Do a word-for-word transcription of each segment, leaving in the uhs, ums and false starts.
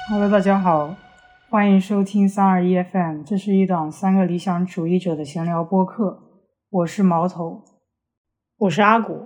Hello， 大家好，欢迎收听三二一 F M， 这是一档三个理想主义者的闲聊播客，我是毛头， 我是阿古，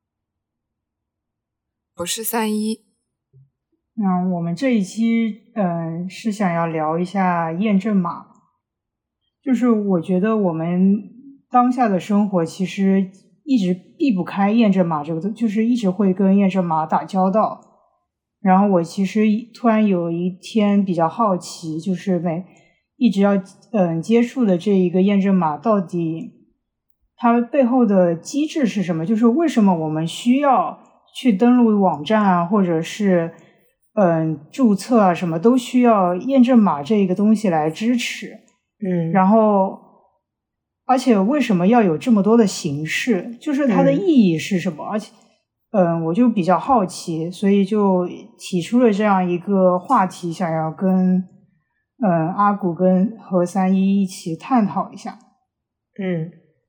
我是三一。 嗯，我们这一期嗯、呃、是想要聊一下验证码，就是我觉得我们当下的生活其实一直避不开验证码这个，就是一直会跟验证码打交道。然后我其实突然有一天比较好奇，就是每一直要嗯接触的这一个验证码到底它背后的机制是什么？就是为什么我们需要去登录网站啊，或者是嗯注册啊，什么都需要验证码这一个东西来支持。 嗯， 然后而且为什么要有这么多的形式？就是它的意义是什么？嗯、而且嗯，我就比较好奇，所以就提出了这样一个话题，想要跟嗯阿古跟和三一一起探讨一下。 嗯，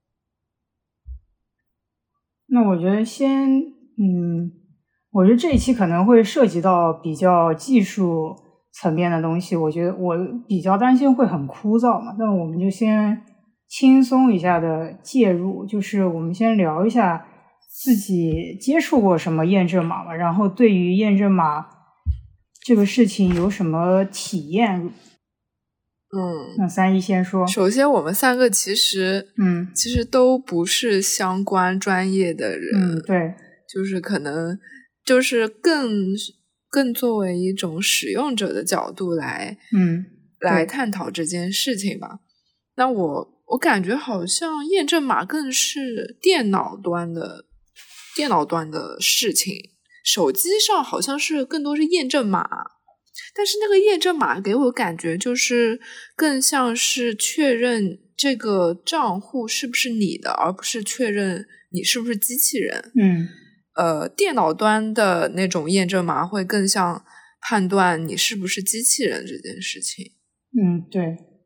那我觉得先嗯，我觉得这一期可能会涉及到比较技术层面的东西，我觉得我比较担心会很枯燥嘛。那我们就先轻松一下的介入，就是我们先聊一下自己接触过什么验证码吧，然后对于验证码这个事情有什么体验？ 嗯， 那三一先说。 首先，我们三个其实， 嗯， 其实都不是相关专业的人， 嗯，对， 就是可能就是更更作为一种使用者的角度来， 嗯， 来探讨这件事情吧。那我我感觉好像验证码更是电脑端的。电脑端的事情，手机上好像是更多是验证码，但是那个验证码给我感觉就是更像是确认这个账户是不是你的，而不是确认你是不是机器人。 嗯， 呃，电脑端的那种验证码会更像判断你是不是机器人这件事情。 嗯，对，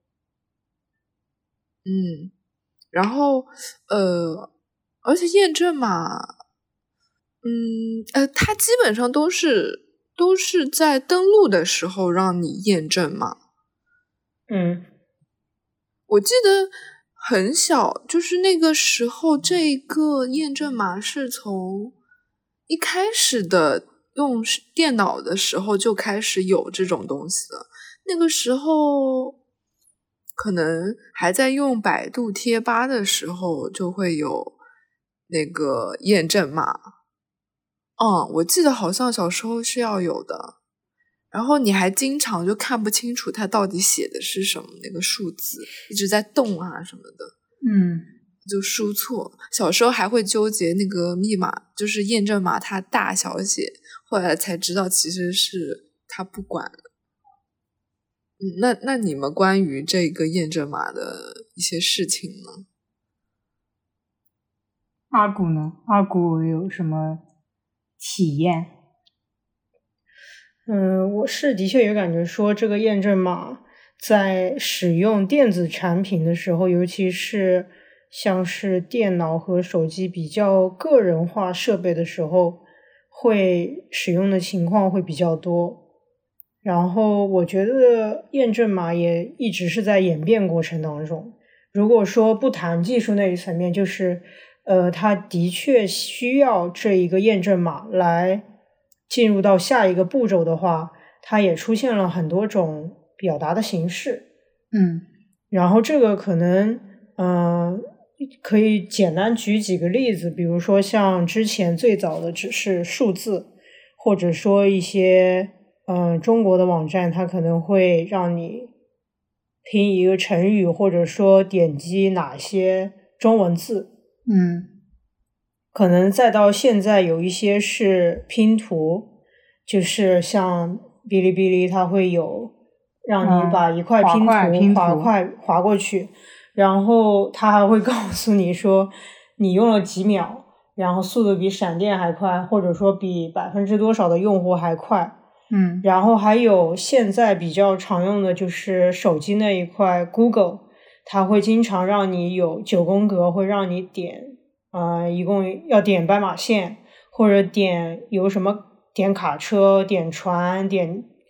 嗯，然后呃，而且验证码。嗯，呃，它基本上都是都是在登录的时候让你验证嘛。 嗯， 我记得很小，就是那个时候，这个验证码是从一开始的用电脑的时候就开始有这种东西了。那个时候可能还在用百度贴吧的时候，就会有那个验证码。嗯，我记得好像小时候是要有的，然后你还经常就看不清楚它到底写的是什么，那个数字一直在动啊什么的， 嗯， 就输错。小时候还会纠结那个密码，就是验证码它大小写，后来才知道其实是它不管了。嗯，那那你们关于这个验证码的一些事情呢？ 阿古呢？阿古有什么体验？ 嗯，我是的确有感觉说，这个验证码在使用电子产品的时候，尤其是像是电脑和手机比较个人化设备的时候，会使用的情况会比较多。然后我觉得验证码也一直是在演变过程当中。如果说不谈技术那一层面，就是呃，它的确需要这一个验证码来进入到下一个步骤的话，它也出现了很多种表达的形式。 嗯， 然后这个可能嗯、呃，可以简单举几个例子，比如说像之前最早的只是数字，或者说一些嗯、呃、中国的网站，它可能会让你拼一个成语，或者说点击哪些中文字。 嗯， 可能再到现在有一些是拼图，就是像哔哩哔哩它会有让你把一块拼图、 嗯、拼图划块划过去，然后它还会告诉你说你用了几秒，然后速度比闪电还快，或者说比百分之多少的用户还快。 嗯， 然后还有现在比较常用的就是手机那一块 Google， 它会经常让你有九宫格，会让你点呃，一共要点斑马线，或者点有什么点卡车、点船、点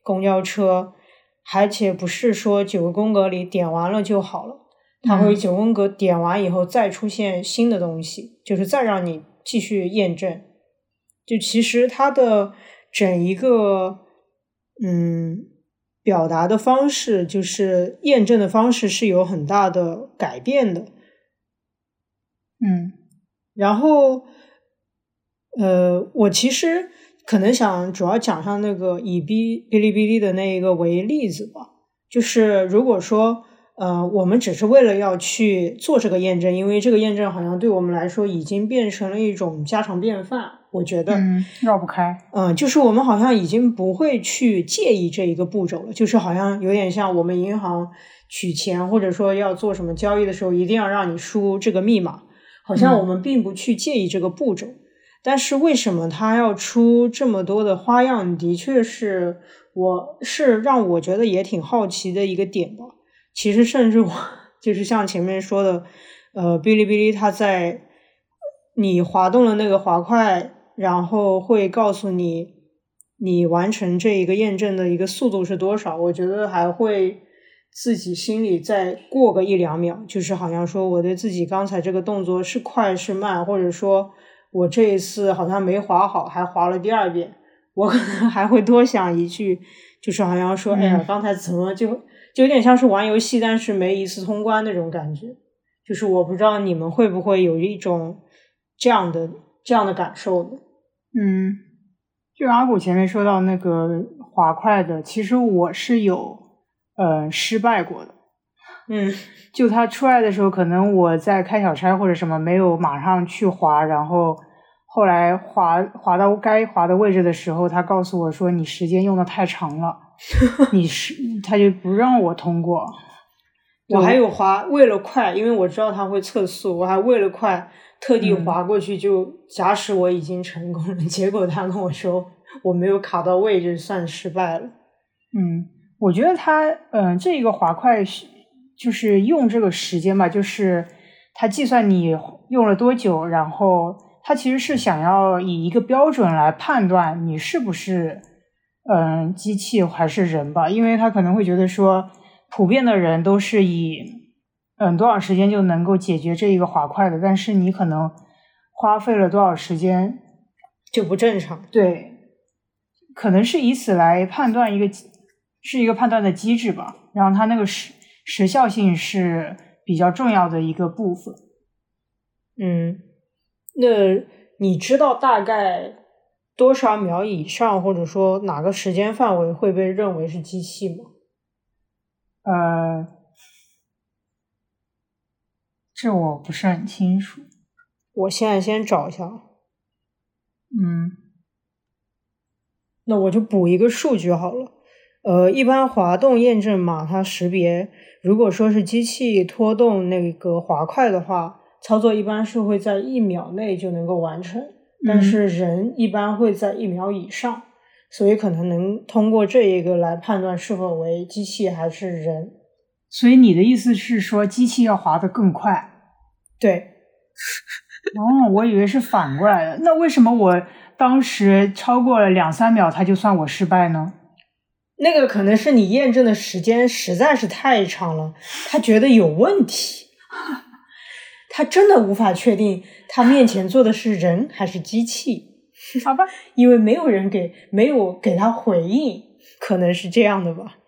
公交车，而且不是说九个宫格里点完了就好了，它会九宫格点完以后再出现新的东西，就是再让你继续验证。就其实它的整一个嗯表达的方式，就是验证的方式是有很大的改变的。 嗯， 然后呃，我其实可能想主要讲上那个以哔哔哩哔哩的那一个为例子吧，就是如果说呃，我们只是为了要去做这个验证，因为这个验证好像对我们来说已经变成了一种家常便饭，我觉得嗯，绕不开。 嗯，就是我们好像已经不会去介意这一个步骤了，就是好像有点像我们银行取钱或者说要做什么交易的时候，一定要让你输这个密码，好像我们并不去介意这个步骤。嗯，但是为什么他要出这么多的花样，的确是我是让我觉得也挺好奇的一个点吧。其实甚至我就是像前面说的呃，哔哩哔哩它在你滑动了那个滑块，然后会告诉你你完成这一个验证的一个速度是多少，我觉得还会自己心里再过个一两秒，就是好像说我对自己刚才这个动作是快是慢，或者说我这一次好像没滑好还滑了第二遍，我可能还会多想一句，就是好像说、嗯、哎呀刚才怎么就就有点像是玩游戏但是没一次通关那种感觉，就是我不知道你们会不会有一种这样的这样的感受呢？ 嗯，就阿古前面说到那个滑块的，其实我是有呃失败过的。 嗯， 就它出来的时候，可能我在开小差或者什么没有马上去滑，然后后来滑滑到该滑的位置的时候，他告诉我说你时间用的太长了，你是他就不让我通过。 我还有滑为了快，因为我知道他会测速，我还为了快特地滑过去，就假使我已经成功了、嗯、结果他跟我说我没有卡到位置算失败了。 嗯，我觉得他嗯、呃，这个滑块就是用这个时间吧，就是他计算你用了多久，然后他其实是想要以一个标准来判断你是不是嗯、呃、机器还是人吧，因为他可能会觉得说普遍的人都是以嗯多少时间就能够解决这一个滑块的，但是你可能花费了多少时间就不正常。 对，可能是以此来判断一个是一个判断的机制吧，然后它那个时时效性是比较重要的一个部分。 嗯，那你知道大概多少秒以上，或者说哪个时间范围会被认为是机器吗？ 呃，这我不是很清楚。 我现在先找一下。 嗯， 那我就补一个数据好了。呃，一般滑动验证码它识别，如果说是机器拖动那个滑块的话，操作一般是会在一秒内就能够完成，但是人一般会在一秒以上，嗯，所以可能能通过这一个来判断是否为机器还是人。 所以你的意思是说机器要滑得更快？ 对。 哦，我以为是反过来的。那为什么我当时超过了两三秒它就算我失败呢？ 那个可能是你验证的时间实在是太长了，他觉得有问题，他真的无法确定他面前坐的是人还是机器。 好吧， 因为没有人给没有给他回应，可能是这样的吧。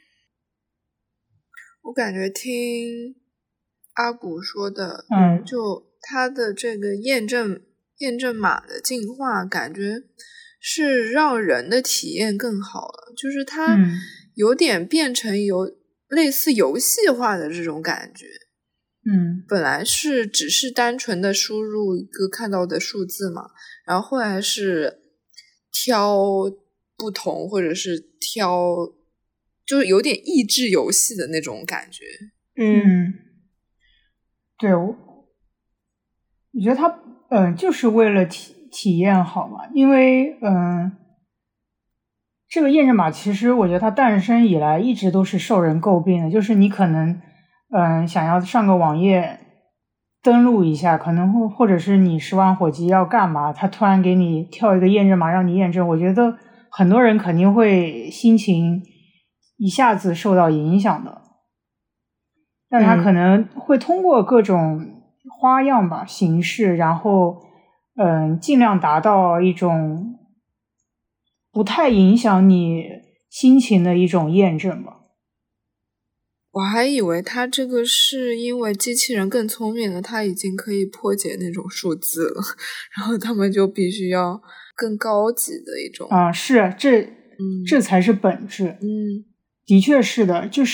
我感觉听阿古说的， 嗯， 就他的这个验证验证码的进化，感觉是让人的体验更好了，就是它有点变成有类似游戏化的这种感觉。 嗯， 本来是只是单纯的输入一个看到的数字嘛，然后后来是挑不同，或者是挑，就是有点益智游戏的那种感觉。 嗯，对，我我觉得它嗯、呃、就是为了体体验好嘛，因为嗯、呃、这个验证码其实我觉得它诞生以来一直都是受人诟病的，就是你可能嗯、呃、想要上个网页登录一下，可能或或者是你十万火急要干嘛，它突然给你跳一个验证码让你验证，我觉得很多人肯定会心情一下子受到影响的，但他可能会通过各种花样吧、形式，然后嗯，尽量达到一种不太影响你心情的一种验证吧。 我还以为他这个是因为机器人更聪明了，他已经可以破解那种数字了，然后他们就必须要更高级的一种。 啊、嗯，是这， 嗯， 这才是本质。 嗯， 的确是的，就是，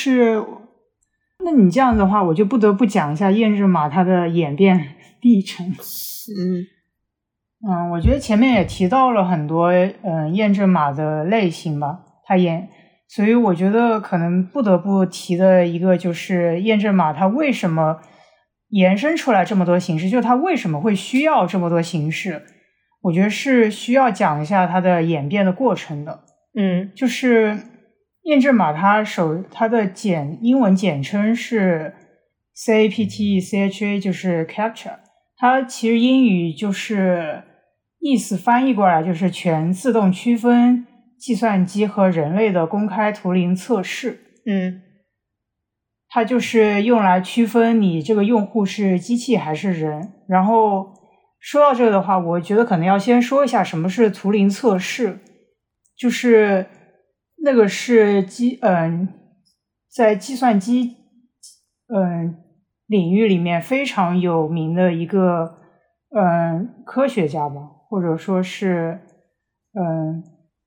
那你这样的话，我就不得不讲一下验证码它的演变历程。 嗯嗯，我觉得前面也提到了很多嗯验证码的类型吧，它演。所以我觉得可能不得不提的一个就是验证码它为什么延伸出来这么多形式，就它为什么会需要这么多形式，我觉得是需要讲一下它的演变的过程的。 嗯， 就是验证码它首它的简英文简称是 C A P T E C H A， 就是 captcha， 它其实英语就是意思翻译过来就是全自动区分计算机和人类的公开图灵测试。 嗯， 它就是用来区分你这个用户是机器还是人。然后说到这个的话，我觉得可能要先说一下什么是图灵测试，就是那个是机嗯，在计算机嗯领域里面非常有名的一个嗯科学家吧，或者说是嗯。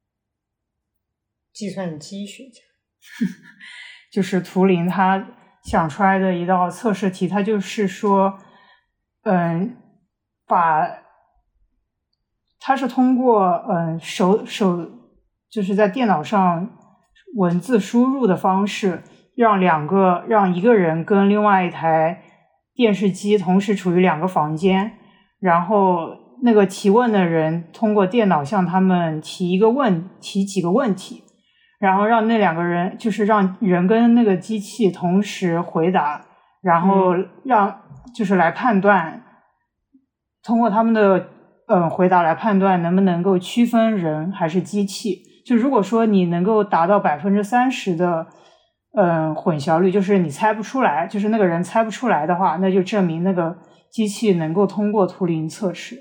计算机学家就是图灵他想出来的一道测试题，他就是说嗯，把他是通过嗯手手就是在电脑上文字输入的方式，让两个让一个人跟另外一台电视机同时处于两个房间，然后那个提问的人通过电脑向他们提一个问提几个问题，然后让那两个人就是让人跟那个机器同时回答，然后让就是来判断，通过他们的嗯回答来判断能不能够区分人还是机器。就如果说你能够达到百分之三十的嗯混淆率，就是你猜不出来，就是那个人猜不出来的话，那就证明那个机器能够通过图灵测试。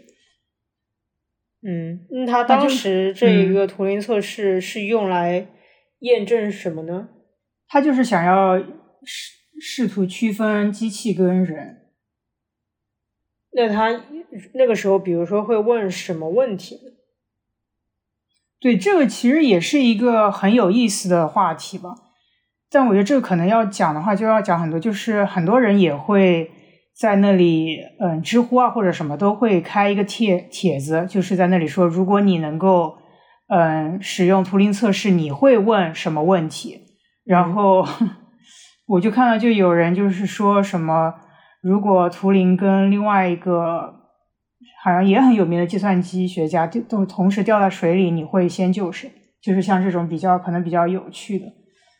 嗯，那他当时这一个图灵测试是用来验证什么呢？ 他就是想要试试图区分机器跟人。 那他那个时候比如说会问什么问题呢？ 对，这个其实也是一个很有意思的话题吧，但我觉得这个可能要讲的话就要讲很多，就是很多人也会在那里嗯，知乎啊或者什么都会开一个帖帖子，就是在那里说如果你能够嗯使用图灵测试你会问什么问题，然后、嗯、我就看到就有人就是说什么如果图灵跟另外一个好像也很有名的计算机学家都同时掉在水里，你会先救谁？就是像这种比较可能比较有趣的。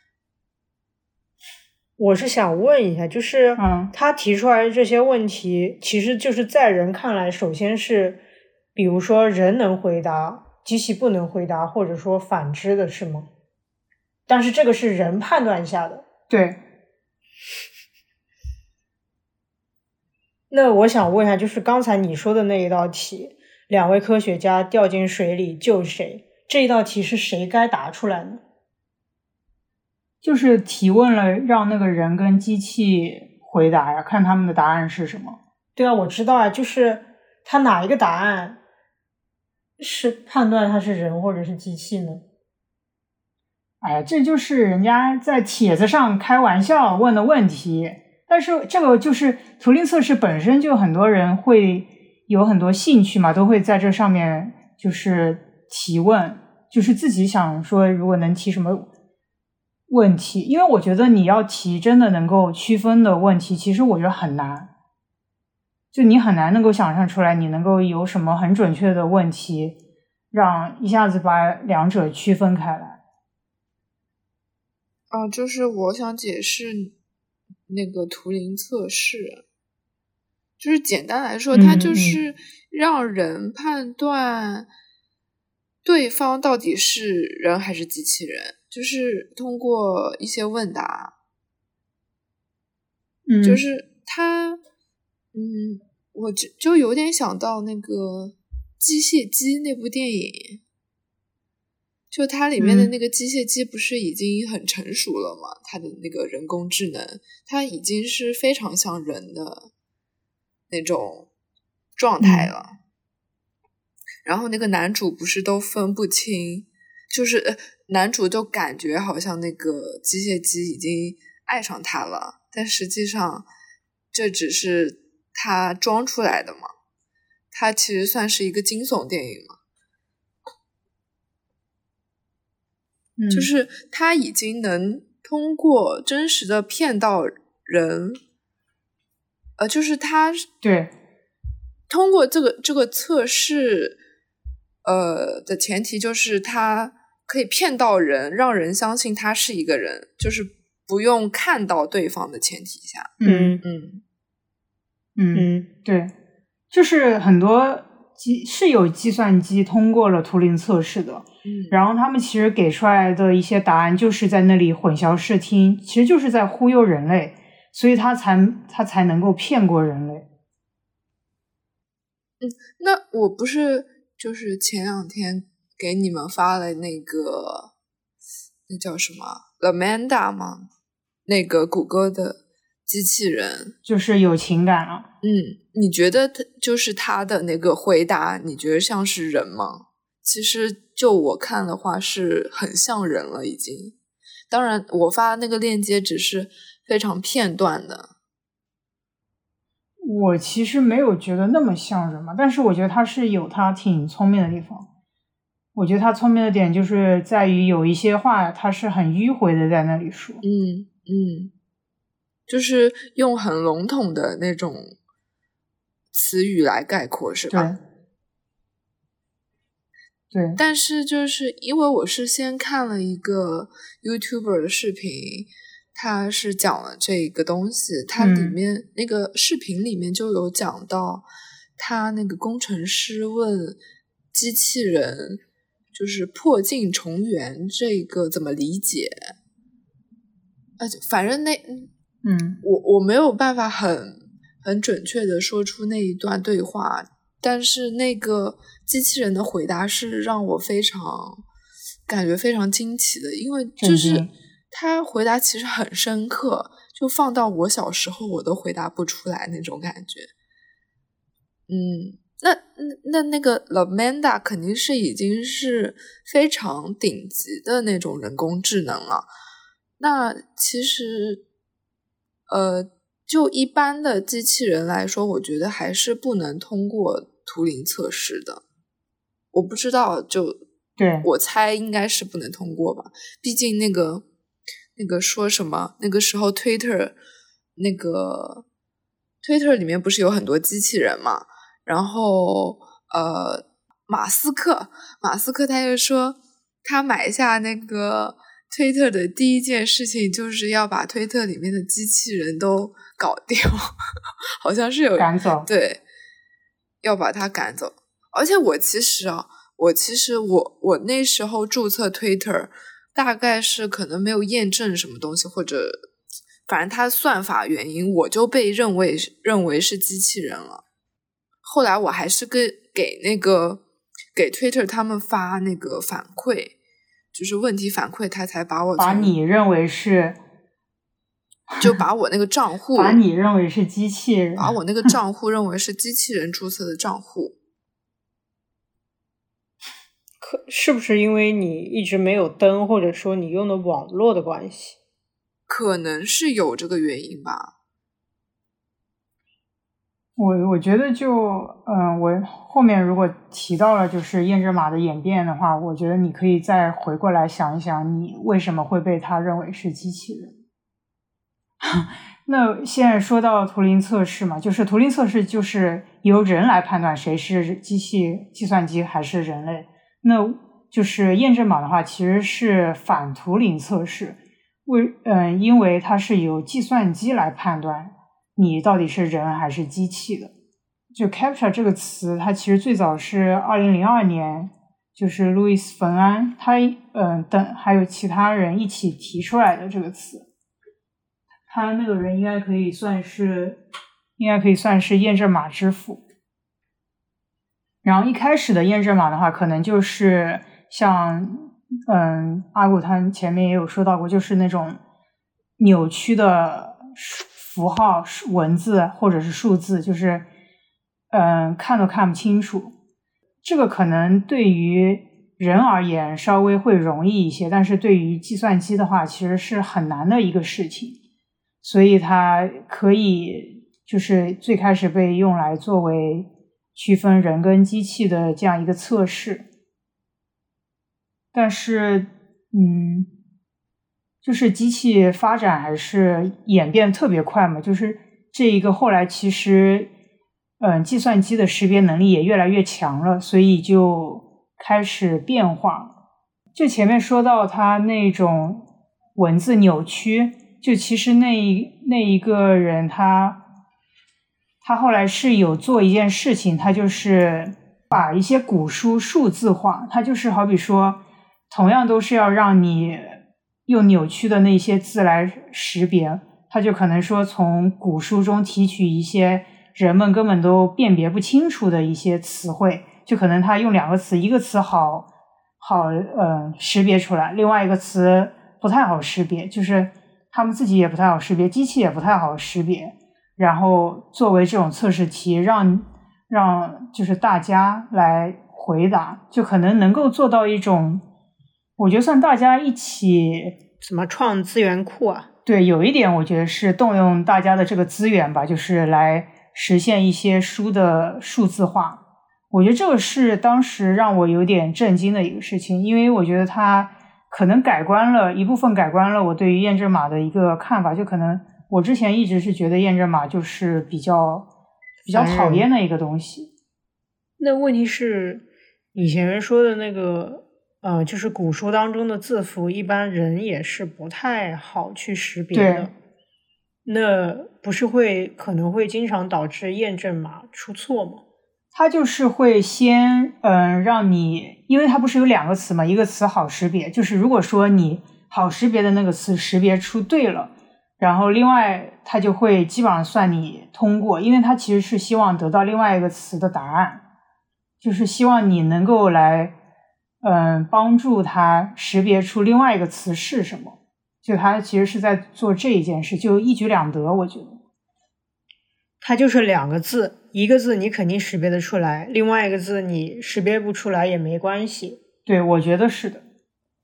我是想问一下，就是嗯， 他提出来的这些问题，其实就是在人看来，首先是比如说人能回答，机器不能回答，或者说反之的是吗？但是这个是人判断下的。 对。 那我想问一下，就是刚才你说的那一道题，两位科学家掉进水里救谁？这一道题是谁该答出来呢？ 就是提问了，让那个人跟机器回答呀，看他们的答案是什么。 对啊，我知道啊，就是他哪一个答案是判断他是人或者是机器呢？ 哎，这就是人家在帖子上开玩笑问的问题。但是这个就是图灵测试本身就很多人会有很多兴趣嘛，都会在这上面就是提问，就是自己想说如果能提什么问题，因为我觉得你要提真的能够区分的问题，其实我觉得很难，就你很难能够想象出来你能够有什么很准确的问题让一下子把两者区分开来。 哦，就是我想解释那个图灵测试，就是简单来说，它就是让人判断对方到底是人还是机器人，就是通过一些问答， 嗯， 就是他，嗯，我就就有点想到那个《机械姬》那部电影，就它里面的那个机械姬不是已经很成熟了吗？它的那个人工智能，它已经是非常像人的那种状态了。嗯，然后那个男主不是都分不清，就是呃男主就感觉好像那个机械姬已经爱上他了，但实际上这只是他装出来的嘛，它其实算是一个惊悚电影嘛。 嗯， 就是他已经能通过真实的骗到人，呃，就是他对通过这个这个测试，呃的前提就是他可以骗到人，让人相信他是一个人，就是不用看到对方的前提下。 嗯嗯嗯嗯，对，就是很多机是有计算机通过了图灵测试的。 嗯， 然后他们其实给出来的一些答案就是在那里混淆视听，其实就是在忽悠人类，所以他才他才能够骗过人类。 嗯，那我不是就是前两天给你们发了那个那叫什么 Lamanda 吗？那个谷歌的机器人， 就是有情感了。 嗯，你觉得他就是他的那个回答，你觉得像是人吗？其实就我看的话是很像人了已经，当然我发那个链接只是非常片段的。 我其实没有觉得那么像人嘛，但是我觉得他是有他挺聪明的地方。我觉得他聪明的点就是在于有一些话他是很迂回的在那里说。 嗯嗯，就是用很笼统的那种词语来概括，是吧？ 对。对， 但是就是因为我是先看了一个 YouTuber 的视频，他是讲了这个东西，它里面、嗯、那个视频里面就有讲到，他那个工程师问机器人，就是破镜重圆这个怎么理解？呃，反正那嗯， 我我没有办法很很准确的说出那一段对话。但是那个机器人的回答是让我非常感觉非常惊奇的，因为就是他回答其实很深刻，就放到我小时候我都回答不出来那种感觉。嗯，那那那个 Lamanda 肯定是已经是非常顶级的那种人工智能了。那其实呃就一般的机器人来说，我觉得还是不能通过图灵测试的。我不知道，就对， 我猜应该是不能通过吧。毕竟那个那个说什么，那个时候 Twitter 那个 Twitter 里面不是有很多机器人嘛？然后呃，马斯克马斯克他就说，他买下那个推特的第一件事情就是要把推特里面的机器人都搞掉，好像是有赶走， 对，要把它赶走。而且我其实啊，我其实我我那时候注册 Twitter 大概是可能没有验证什么东西，或者反正它算法原因，我就被认为认为是机器人了。后来我还是跟给那个给 Twitter 他们发那个反馈。就是问题反馈，他才把我把你认为是， 就把我那个账户把你认为是机器人， 把我那个账户认为是机器人注册的账户。 可是不是因为你一直没有登，或者说你用的网络的关系？ 可能是有这个原因吧。 我我觉得就嗯，我后面如果提到了就是验证码的演变的话，我觉得你可以再回过来想一想，你为什么会被他认为是机器人。那现在说到图灵测试嘛，就是图灵测试就是由人来判断谁是机器、计算机还是人类。那就是验证码的话，其实是反图灵测试，为嗯，因为它是由计算机来判断你到底是人还是机器的。就 captcha 这个词，它其实最早是二零零二年就是路易斯·冯安，他嗯、呃、等还有其他人一起提出来的这个词。他那个人应该可以算是应该可以算是验证码之父。然后一开始的验证码的话，可能就是像嗯阿古他前面也有说到过，就是那种扭曲的符号、文字或者是数字，就是嗯看都看不清楚。这个可能对于人而言稍微会容易一些，但是对于计算机的话，其实是很难的一个事情。所以它可以就是最开始被用来作为区分人跟机器的这样一个测试。但是嗯就是机器发展还是演变特别快嘛，就是这一个后来其实嗯计算机的识别能力也越来越强了，所以就开始变化。就前面说到它那种文字扭曲，就其实那那一个人他他后来是有做一件事情，他就是把一些古书数字化。他就是好比说同样都是要让你用扭曲的那些字来识别，他就可能说从古书中提取一些人们根本都辨别不清楚的一些词汇，就可能他用两个词，一个词好好呃识别出来，另外一个词不太好识别，就是他们自己也不太好识别，机器也不太好识别，然后作为这种测试题让让就是大家来回答，就可能能够做到一种我觉得算大家一起怎么创资源库啊？ 对，有一点我觉得是动用大家的这个资源吧，就是来实现一些书的数字化。我觉得这个是当时让我有点震惊的一个事情，因为我觉得它可能改观了一部分改观了我对于验证码的一个看法，就可能我之前一直是觉得验证码就是比较比较讨厌的一个东西。 那问题是你前面说的那个呃，就是古书当中的字符一般人也是不太好去识别的，那不是会可能会经常导致验证码出错吗？ 它就是会先嗯、呃、让你，因为它不是有两个词嘛，一个词好识别，就是如果说你好识别的那个词识别出对了，然后另外它就会基本上算你通过，因为它其实是希望得到另外一个词的答案，就是希望你能够来嗯、呃、帮助它识别出另外一个词是什么，就它其实是在做这一件事，就一举两得。我觉得它就是两个字，一个字你肯定识别得出来，另外一个字你识别不出来也没关系。 对，我觉得是的。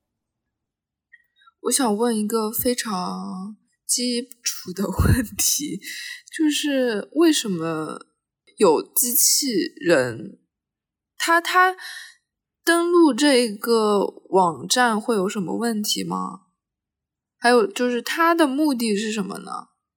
我想问一个非常基础的问题，就是为什么有机器人他他登录这个网站会有什么问题吗？还有就是它的目的是什么呢？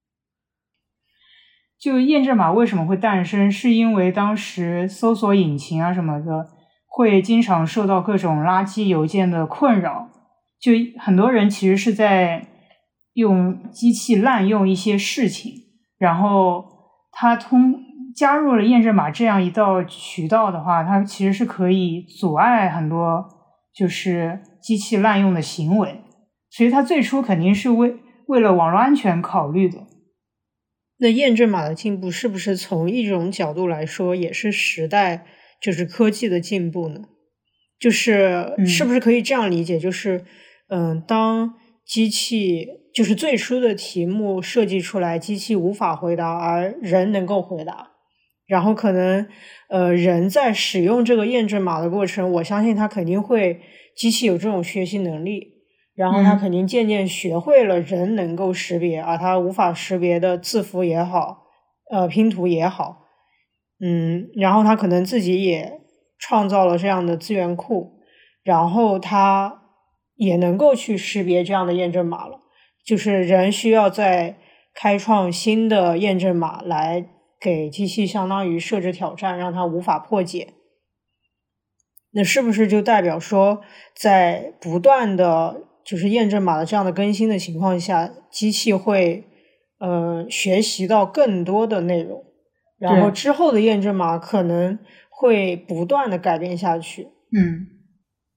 就验证码为什么会诞生，是因为当时搜索引擎啊什么的会经常受到各种垃圾邮件的困扰，就很多人其实是在用机器滥用一些事情，然后他通加入了验证码这样一道渠道的话，它其实是可以阻碍很多就是机器滥用的行为，所以它最初肯定是为为了网络安全考虑的。 那验证码的进步是不是从一种角度来说也是时代就是科技的进步呢？就是是不是可以这样理解，就是嗯、呃，当机器就是最初的题目设计出来，机器无法回答而人能够回答，然后可能呃人在使用这个验证码的过程，我相信他肯定会机器有这种学习能力，然后他肯定渐渐学会了人能够识别，而他无法识别的字符也好，呃拼图也好，嗯，然后他可能自己也创造了这样的资源库，然后他也能够去识别这样的验证码了。就是人需要再开创新的验证码来给机器相当于设置挑战，让它无法破解。那是不是就代表说，在不断的就是验证码的这样的更新的情况下，机器会呃学习到更多的内容，然后之后的验证码可能会不断的改变下去。 嗯，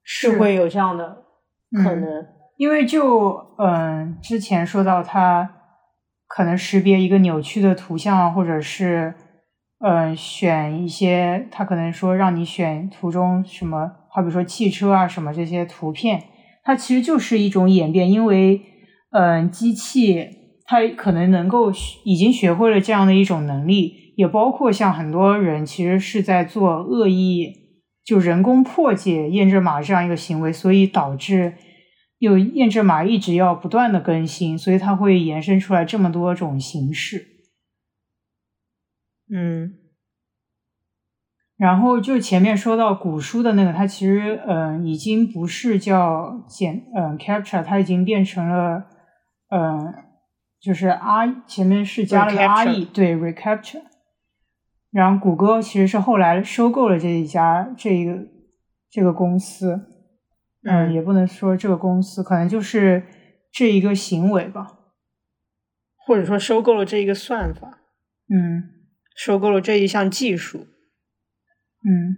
是会有这样的可能。 嗯、因为就嗯之前说到它可能识别一个扭曲的图像，或者是嗯选一些，它可能说让你选图中什么，好比说汽车啊什么这些图片，它其实就是一种演变，因为嗯机器它可能能够已经学会了这样的一种能力，也包括像很多人其实是在做恶意就人工破解验证码这样一个行为，所以导致有验证码一直要不断的更新，所以它会延伸出来这么多种形式。 嗯， 然后就前面说到古书的那个，它其实嗯、呃、已经不是叫简嗯、呃、captcha， 它已经变成了嗯、呃、就是 R 前面是加了个 R E， 对 recaptcha。然后谷歌其实是后来收购了这一家这个这个公司，嗯，也不能说这个公司，可能就是这一个行为吧， 或者说收购了这一个算法， 嗯， 收购了这一项技术， 嗯，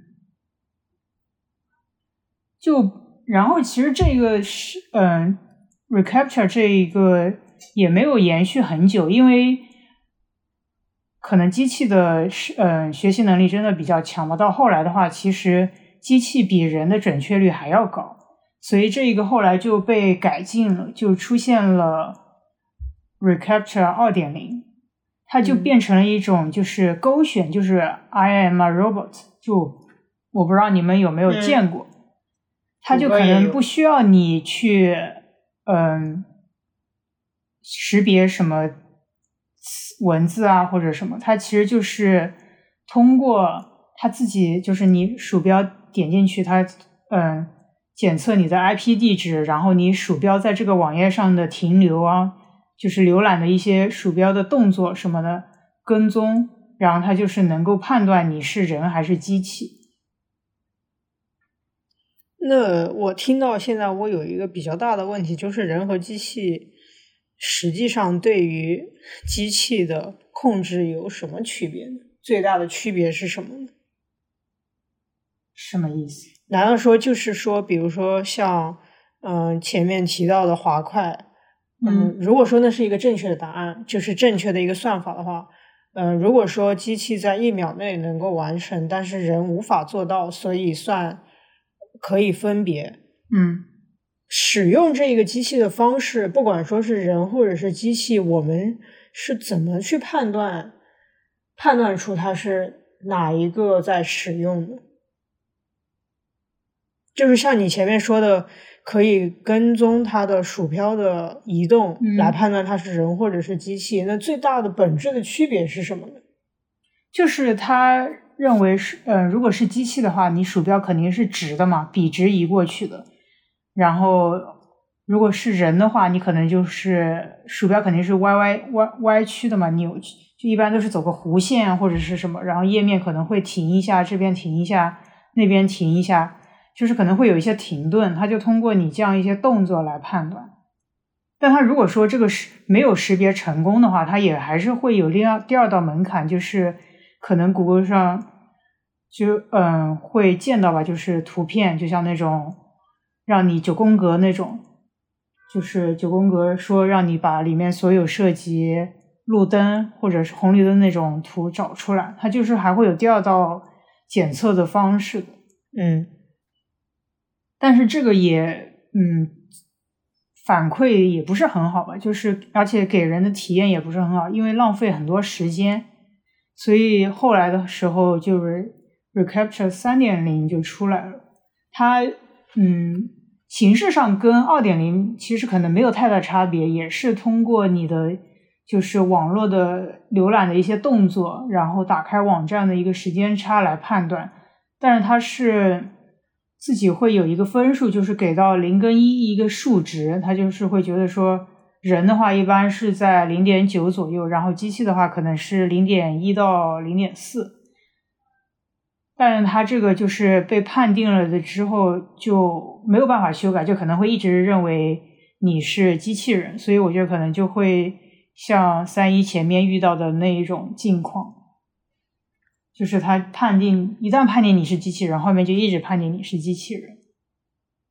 就然后其实这个是嗯 recaptcha 这一个也没有延续很久，因为可能机器的嗯学习能力真的比较强嘛，到后来的话，其实机器比人的准确率还要高，所以这一个后来就被改进了，就出现了 recaptcha 二点零， 它就变成了一种就是勾选，就是 I am a robot， 就我不知道你们有没有见过，嗯、它就可能不需要你去嗯识别什么文字啊或者什么，它其实就是通过它自己，就是你鼠标点进去，它嗯检测你的 I P 地址，然后你鼠标在这个网页上的停留啊，就是浏览的一些鼠标的动作什么的跟踪，然后它就是能够判断你是人还是机器。 那我听到现在我有一个比较大的问题，就是人和机器实际上对于机器的控制有什么区别呢？最大的区别是什么呢？ 什么意思？ 难道说就是说比如说像嗯、呃、前面提到的滑块，嗯，如果说那是一个正确的答案，就是正确的一个算法的话，嗯、呃，如果说机器在一秒内能够完成，但是人无法做到，所以算可以分别。 嗯， 使用这个机器的方式，不管说是人或者是机器，我们是怎么去判断判断出它是哪一个在使用的？就是像你前面说的，可以跟踪它的鼠标的移动、嗯、来判断它是人或者是机器，那最大的本质的区别是什么呢？ 就是他认为是呃，如果是机器的话，你鼠标肯定是直的嘛，笔直移过去的，然后如果是人的话，你可能就是鼠标肯定是歪歪歪歪曲的嘛，扭曲，就一般都是走个弧线或者是什么，然后页面可能会停一下，这边停一下，那边停一下，就是可能会有一些停顿，它就通过你这样一些动作来判断。但它如果说这个是没有识别成功的话，它也还是会有第二第二道门槛，就是可能谷歌上就嗯会见到吧，就是图片，就像那种让你九宫格那种，就是九宫格说让你把里面所有涉及路灯或者是红绿灯那种图找出来，它就是还会有第二道检测的方式的。 嗯， 但是这个也嗯反馈也不是很好吧，就是而且给人的体验也不是很好，因为浪费很多时间，所以后来的时候就是 recaptcha 三点零 就出来了，它嗯形式上跟 二点零 其实可能没有太大差别，也是通过你的就是网络的浏览的一些动作，然后打开网站的一个时间差来判断，但是它是自己会有一个分数，就是给到零跟一一个数值，它就是会觉得说人的话一般是在 零点九 左右，然后机器的话可能是 零点一 到 零点四， 但是它这个就是被判定了的之后就没有办法修改，就可能会一直认为你是机器人，所以我觉得可能就会像三一前面遇到的那一种境况，就是他判定一旦判定你是机器人，后面就一直判定你是机器人。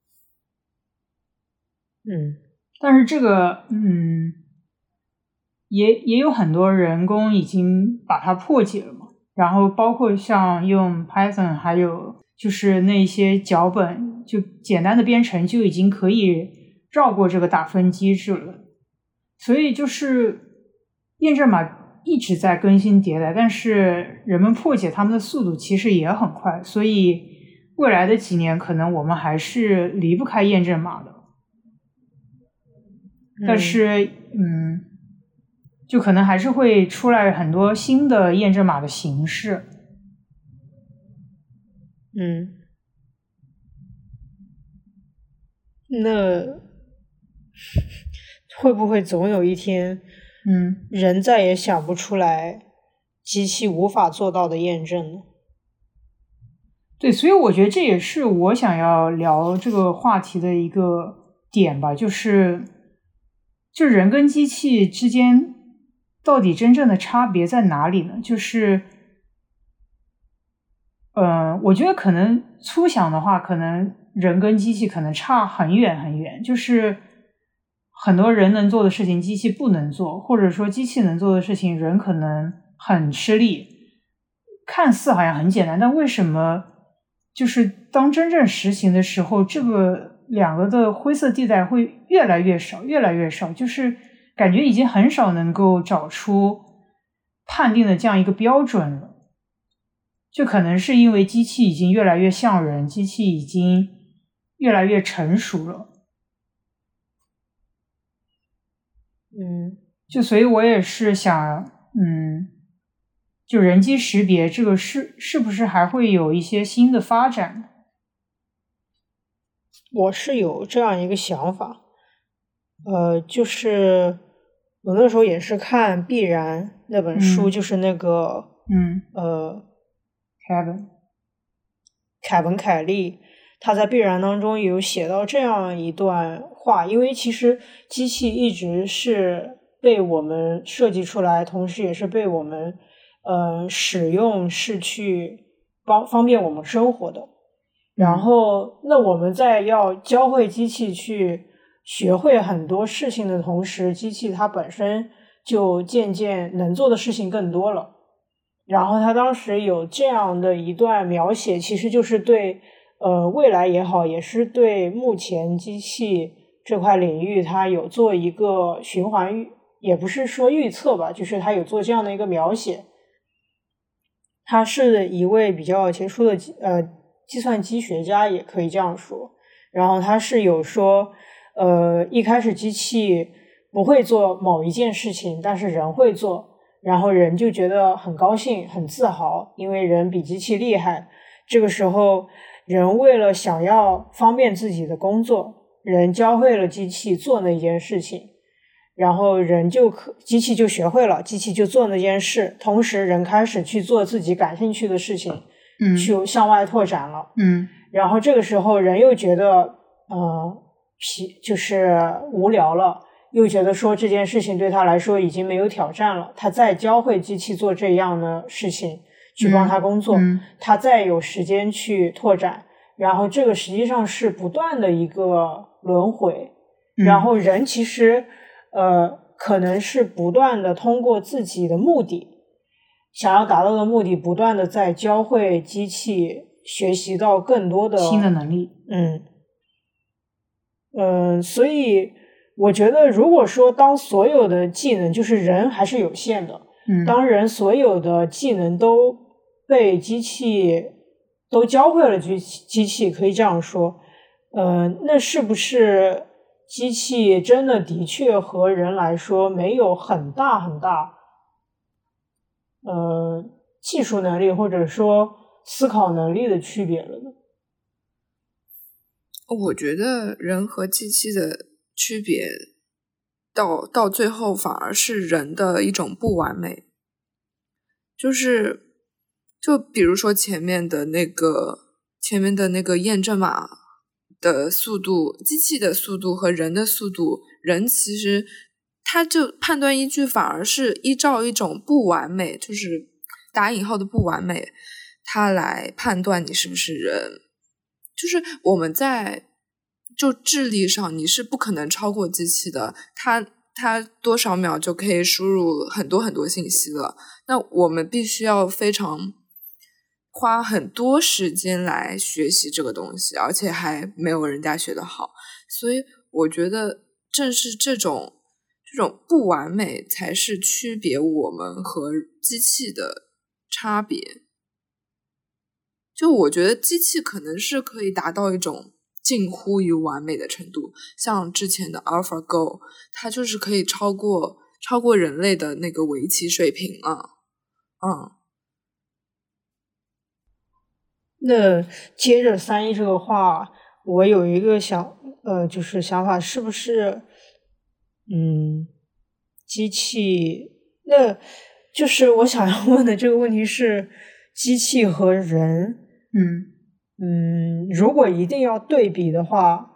嗯， 但是这个嗯，也也有很多人工已经把它破解了嘛，然后包括像用 Python 还有就是那些脚本就简单的编程就已经可以绕过这个打分机制了，所以就是验证码一直在更新迭代，但是人们破解它们的速度其实也很快，所以未来的几年可能我们还是离不开验证码的。但是嗯，就可能还是会出来很多新的验证码的形式。 嗯，那会不会总有一天， 嗯， 人再也想不出来机器无法做到的验证呢？ 对，所以我觉得这也是我想要聊这个话题的一个点吧，就是就人跟机器之间到底真正的差别在哪里呢？就是呃，我觉得可能粗想的话，可能人跟机器可能差很远很远，就是很多人能做的事情机器不能做，或者说机器能做的事情人可能很吃力，看似好像很简单，但为什么就是当真正实行的时候，这个两个的灰色地带会越来越少越来越少，就是感觉已经很少能够找出判定的这样一个标准了。这可能是因为机器已经越来越像人，机器已经越来越成熟了。 嗯， 就所以我也是想，嗯，就人机识别这个是是不是还会有一些新的发展？ 我是有这样一个想法，呃，就是我那时候也是看《必然》那本书， 嗯、 就是那个， 嗯， 呃， 凯文， 凯文·凯利，他在《必然》当中有写到这样一段话，因为其实机器一直是被我们设计出来，同时也是被我们呃使用，是去帮方便我们生活的。然后，那我们在要教会机器去学会很多事情的同时，机器它本身就渐渐能做的事情更多了。然后他当时有这样的一段描写，其实就是对呃未来也好，也是对目前机器这块领域，它有做一个循环预，也不是说预测吧，就是他有做这样的一个描写。他是一位比较杰出的呃。计算机学家也可以这样说，然后他是有说，呃，一开始机器不会做某一件事情，但是人会做，然后人就觉得很高兴、很自豪，因为人比机器厉害。这个时候，人为了想要方便自己的工作，人教会了机器做那件事情，然后人就可机器就学会了，机器就做那件事，同时人开始去做自己感兴趣的事情。 嗯， 去向外拓展了， 嗯， 然后这个时候人又觉得呃疲就是无聊了，又觉得说这件事情对他来说已经没有挑战了，他再教会机器做这样的事情去帮他工作， 嗯嗯、 他再有时间去拓展，然后这个实际上是不断的一个轮回， 嗯、 然后人其实呃可能是不断的通过自己的目的想要达到的目的，不断的在教会机器学习到更多的新的能力。 嗯嗯、呃，所以我觉得，如果说当所有的技能，就是人还是有限的， 嗯， 当人所有的技能都被机器都教会了机机器，可以这样说，呃，那是不是机器真的的确和人来说没有很大很大？呃，技术能力或者说思考能力的区别了呢？ 我觉得人和机器的区别到到最后反而是人的一种不完美，就是就比如说前面的那个前面的那个验证码的速度，机器的速度和人的速度，人其实他就判断依据反而是依照一种不完美，就是打引号的不完美，他来判断你是不是人。就是我们在就智力上你是不可能超过机器的，它它多少秒就可以输入很多很多信息了，那我们必须要非常花很多时间来学习这个东西，而且还没有人家学得好。所以我觉得正是这种这种不完美才是区别我们和机器的差别。就我觉得机器可能是可以达到一种近乎于完美的程度，像之前的 AlphaGo 它就是可以超过超过人类的那个围棋水平了。嗯， 那接着三一这个话，我有一个想呃就是想法，是不是嗯机器，那就是我想要问的这个问题是机器和人嗯嗯如果一定要对比的话，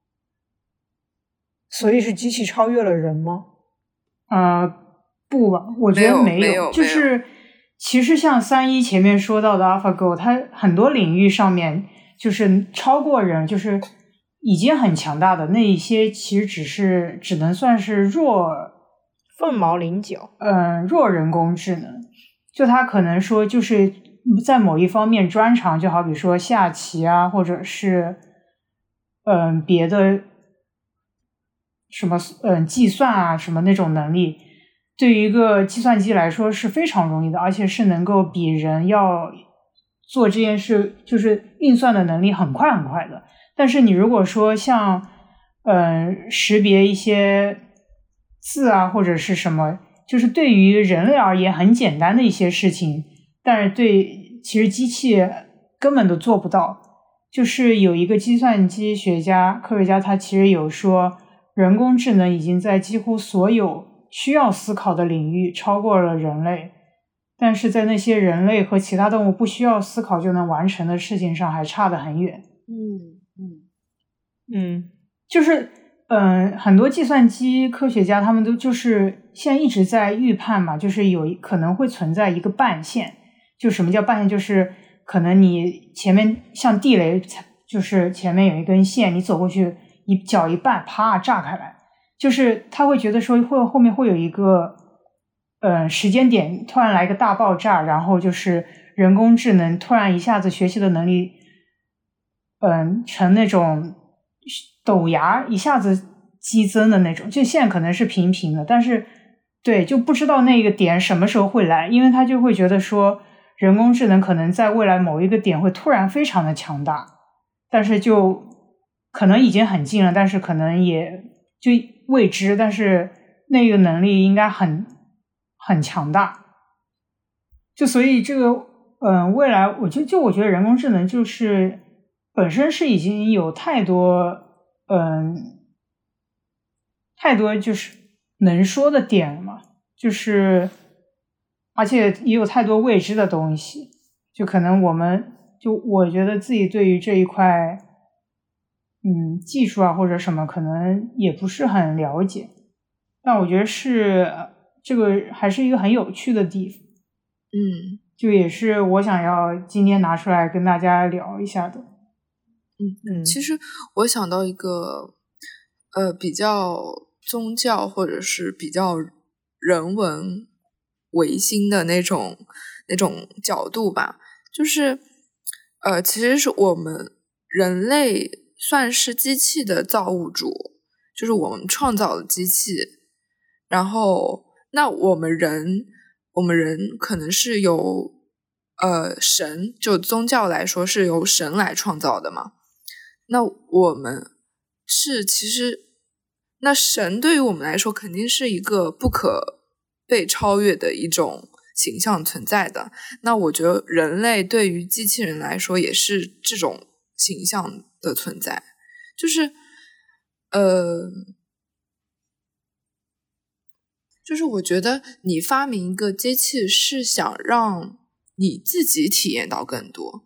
所以是机器超越了人吗？ 呃不吧，我觉得没有没有就是其实像三一前面说到的 AlphaGo， 它很多领域上面就是超过人，就是已经很强大的那一些，其实只是只能算是弱凤毛麟角， 嗯，弱人工智能。就它可能说就是在某一方面专长，就好比说下棋啊，或者是嗯别的什么嗯计算啊什么那种能力，对于一个计算机来说是非常容易的，而且是能够比人要做这件事，就是运算的能力很快很快的。但是你如果说像嗯识别一些字啊或者是什么，就是对于人类而言很简单的一些事情，但是对其实机器根本都做不到。就是有一个计算机学家科学家，他其实有说人工智能已经在几乎所有需要思考的领域超过了人类，但是在那些人类和其他动物不需要思考就能完成的事情上还差得很远。 嗯嗯嗯， 就是嗯、呃，很多计算机科学家他们都就是现在一直在预判嘛，就是有可能会存在一个半线。就什么叫半线，就是可能你前面像地雷，就是前面有一根线，你走过去一脚一绊，啪炸开来，就是他会觉得说会后面会有一个呃时间点突然来一个大爆炸，然后就是人工智能突然一下子学习的能力嗯、呃、成那种陡崖一下子激增的那种，就现在可能是平平的，但是对就不知道那个点什么时候会来，因为他就会觉得说人工智能可能在未来某一个点会突然非常的强大，但是就可能已经很近了，但是可能也就未知，但是那个能力应该很很强大。就所以这个嗯、呃，未来我就就我觉得人工智能就是本身是已经有太多嗯、呃、太多就是能说的点了嘛，就是而且也有太多未知的东西，就可能我们就我觉得自己对于这一块嗯技术啊或者什么可能也不是很了解，但我觉得是这个还是一个很有趣的地方。 嗯， 就也是我想要今天拿出来跟大家聊一下的。 嗯嗯，其实我想到一个呃比较宗教或者是比较人文唯心的那种那种角度吧，就是呃其实是我们人类算是机器的造物主，就是我们创造了机器，然后那我们人我们人可能是由呃神，就宗教来说是由神来创造的嘛，那我们是其实那神对于我们来说肯定是一个不可被超越的一种形象存在的，那我觉得人类对于机器人来说也是这种形象的存在，就是呃就是我觉得你发明一个机器是想让你自己体验到更多。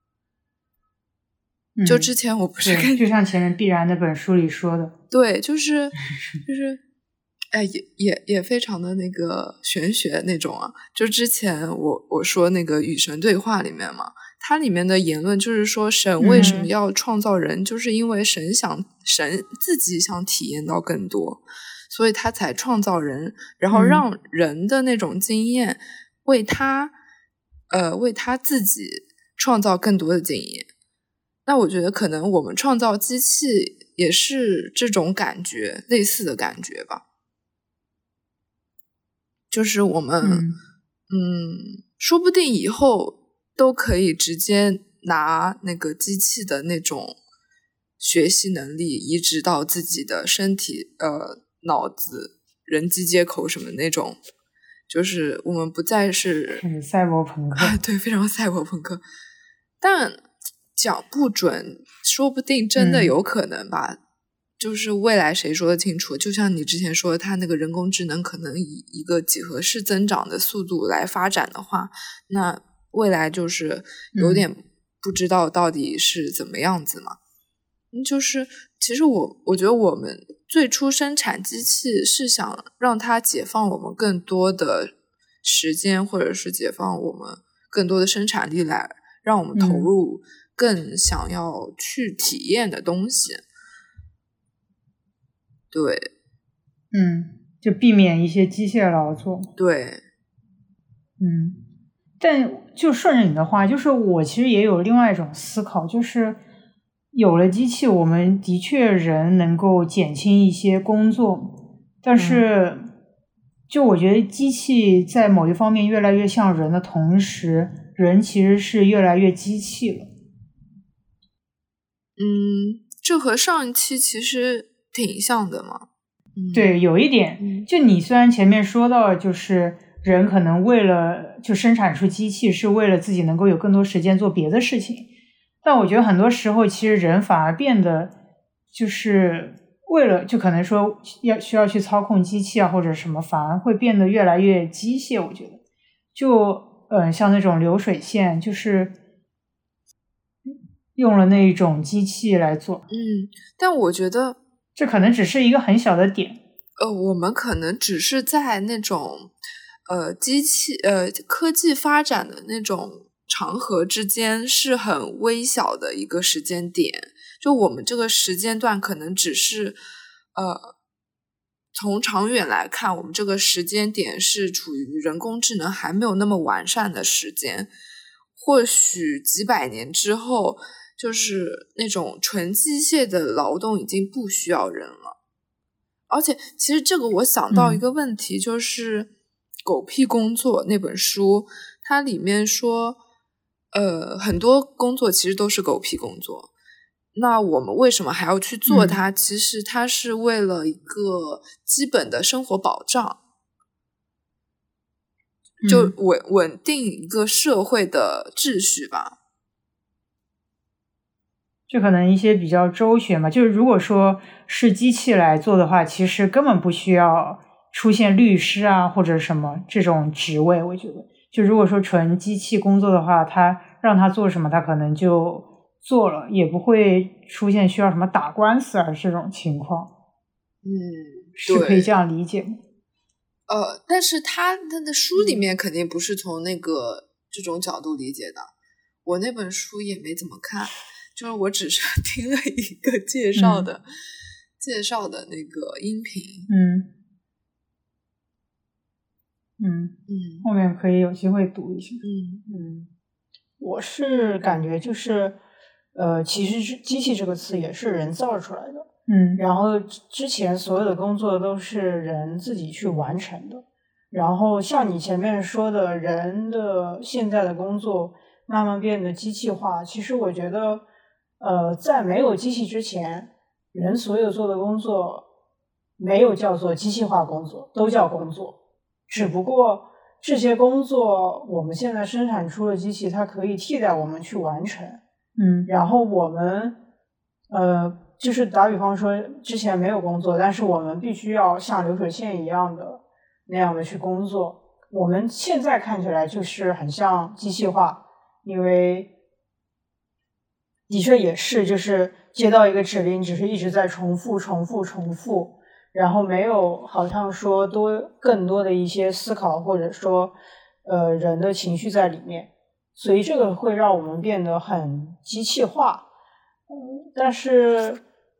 嗯、 就之前我不是跟就像前面必然那本书里说的， 对，就是就是哎，也也也非常的那个玄学那种啊。就之前我我说那个与神对话里面嘛，它里面的言论就是说，神为什么要创造人，嗯、就是因为神想神自己想体验到更多，所以他才创造人，然后让人的那种经验为他、嗯、呃为他自己创造更多的经验。那我觉得可能我们创造机器也是这种感觉，类似的感觉吧。就是我们 嗯, 嗯，说不定以后都可以直接拿那个机器的那种学习能力移植到自己的身体、呃脑子、人机接口什么那种，就是我们不再是是赛博朋克， 对，非常赛博朋克。但讲不准，说不定真的有可能吧。嗯，就是未来谁说得清楚？就像你之前说的，它那个人工智能可能以一个几何式增长的速度来发展的话，那未来就是有点不知道到底是怎么样子嘛。嗯，就是其实我我觉得我们最初生产机器是想让它解放我们更多的时间，或者是解放我们更多的生产力，来让我们投入更想要去体验的东西。嗯，对， 嗯，就避免一些机械劳作。 对， 嗯，但就顺着你的话，就是我其实也有另外一种思考，就是有了机器，我们的确人能够减轻一些工作，但是就我觉得机器在某一方面越来越像人的同时，人其实是越来越机器了。 嗯，这和上一期其实挺像的嘛。 嗯，对，有一点。就你虽然前面说到，就是人可能为了就生产出机器是为了自己能够有更多时间做别的事情，但我觉得很多时候其实人反而变得就是为了就可能说要需要去操控机器啊或者什么，反而会变得越来越机械。我觉得就嗯、呃，像那种流水线就是用了那种机器来做。 嗯，但我觉得这可能只是一个很小的点。 呃，我们可能只是在那种呃机器呃科技发展的那种长河之间是很微小的一个时间点，就我们这个时间段可能只是呃从长远来看，我们这个时间点是处于人工智能还没有那么完善的时间，或许几百年之后，就是那种纯机械的劳动已经不需要人了。而且其实这个我想到一个问题，就是《狗屁工作》那本书，它里面说呃，很多工作其实都是狗屁工作，那我们为什么还要去做它？嗯，其实它是为了一个基本的生活保障，就稳稳定一个社会的秩序吧。 就可能一些比较周全嘛，就是如果说是机器来做的话，其实根本不需要出现律师啊或者什么这种职位。我觉得就如果说纯机器工作的话，他让他做什么他可能就做了，也不会出现需要什么打官司啊这种情况。 嗯， 是可以这样理解吗？ 呃，但是他他的书里面肯定不是从那个这种角度理解的，我那本书也没怎么看，就是我只是听了一个介绍的、嗯、介绍的那个音频。 嗯嗯嗯，后面可以有机会读一下。 嗯嗯，我是感觉就是呃，其实机器这个词也是人造出来的。 嗯， 然后之前所有的工作都是人自己去完成的，然后像你前面说的人的现在的工作慢慢变得机器化，其实我觉得呃，在没有机器之前，人所有做的工作没有叫做机器化工作，都叫工作，只不过这些工作我们现在生产出了机器，它可以替代我们去完成。 嗯， 然后我们呃就是打比方说之前没有工作，但是我们必须要像流水线一样的那样的去工作，我们现在看起来就是很像机器化，因为的确也是就是接到一个指令只是一直在重复重复重复， 然后没有好像说多更多的一些思考或者说呃人的情绪在里面，所以这个会让我们变得很机器化。嗯，但是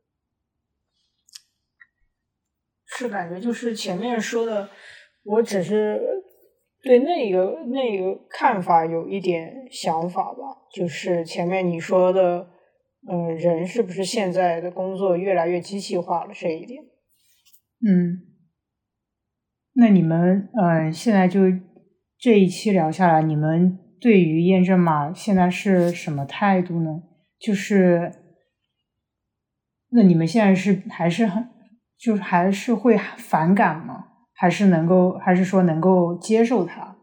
是感觉就是前面说的，我只是对那个那个看法有一点想法吧，就是前面你说的，嗯、呃，人是不是现在的工作越来越机器化了这一点。 嗯，那你们呃，现在就这一期聊下来，你们对于验证码现在是什么态度呢？就是那你们现在是还是很就是还是会反感吗？还是能够还是说能够接受它？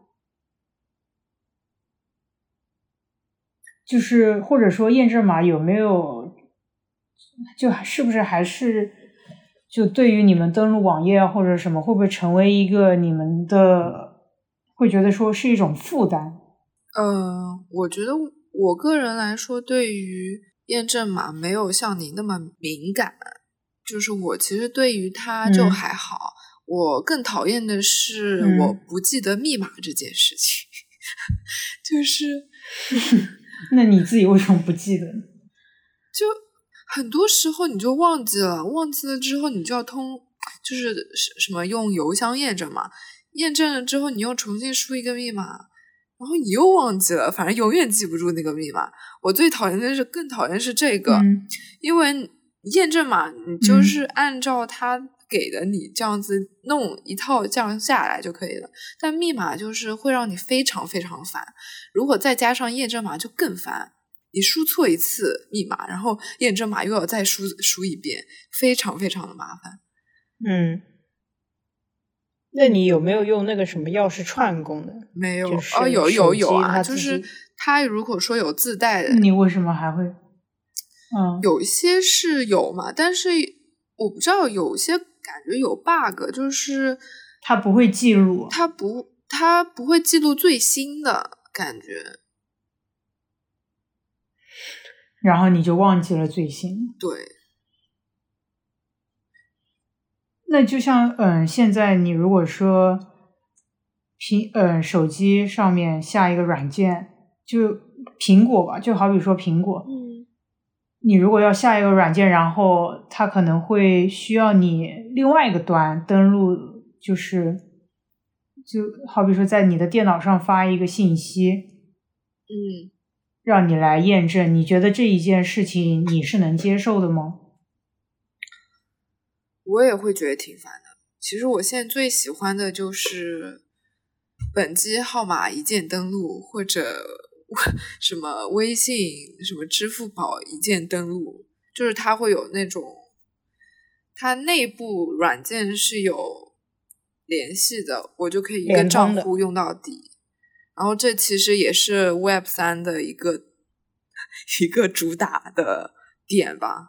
就是或者说验证码有没有就是不是还是就对于你们登录网页啊或者什么会不会成为一个你们的会觉得说是一种负担？ 呃，我觉得我个人来说对于验证码没有像你那么敏感，就是我其实对于它就还好、嗯、我更讨厌的是我不记得密码这件事情、嗯、就是那你自己为什么不记得呢？ 就很多时候你就忘记了，忘记了之后你就要通就是什么用邮箱验证嘛，验证了之后你又重新输一个密码，然后你又忘记了，反正永远记不住那个密码。我最讨厌的是更讨厌是这个、嗯、因为验证码你就是按照它给的你这样子弄一套这样下来就可以了，但密码就是会让你非常非常烦，如果再加上验证码就更烦，你输错一次密码然后验证码又要再输输一遍，非常非常的麻烦。 嗯，那你有没有用那个什么钥匙串功能？ 没有、 就是、 哦有有有啊， 就是它如果说有自带的， 你为什么还会嗯， 有一些是有嘛，但是我不知道有些感觉有 bug， 就是它不会记录， 它不它不会记录最新的感觉， 然后你就忘记了最新。 对， 那就像嗯，现在你如果说苹嗯手机上面下一个软件，就苹果吧，就好比说苹果， 嗯， 你如果要下一个软件，然后它可能会需要你另外一个端登录，就是就好比说在你的电脑上发一个信息， 嗯， 让你来验证，你觉得这一件事情你是能接受的吗？ 我也会觉得挺烦的。其实我现在最喜欢的就是本机号码一键登录，或者什么微信什么支付宝一键登录，就是它会有那种它内部软件是有联系的，我就可以一个账户用到底。然后这其实也是 Web 三 的一个一个主打的点吧。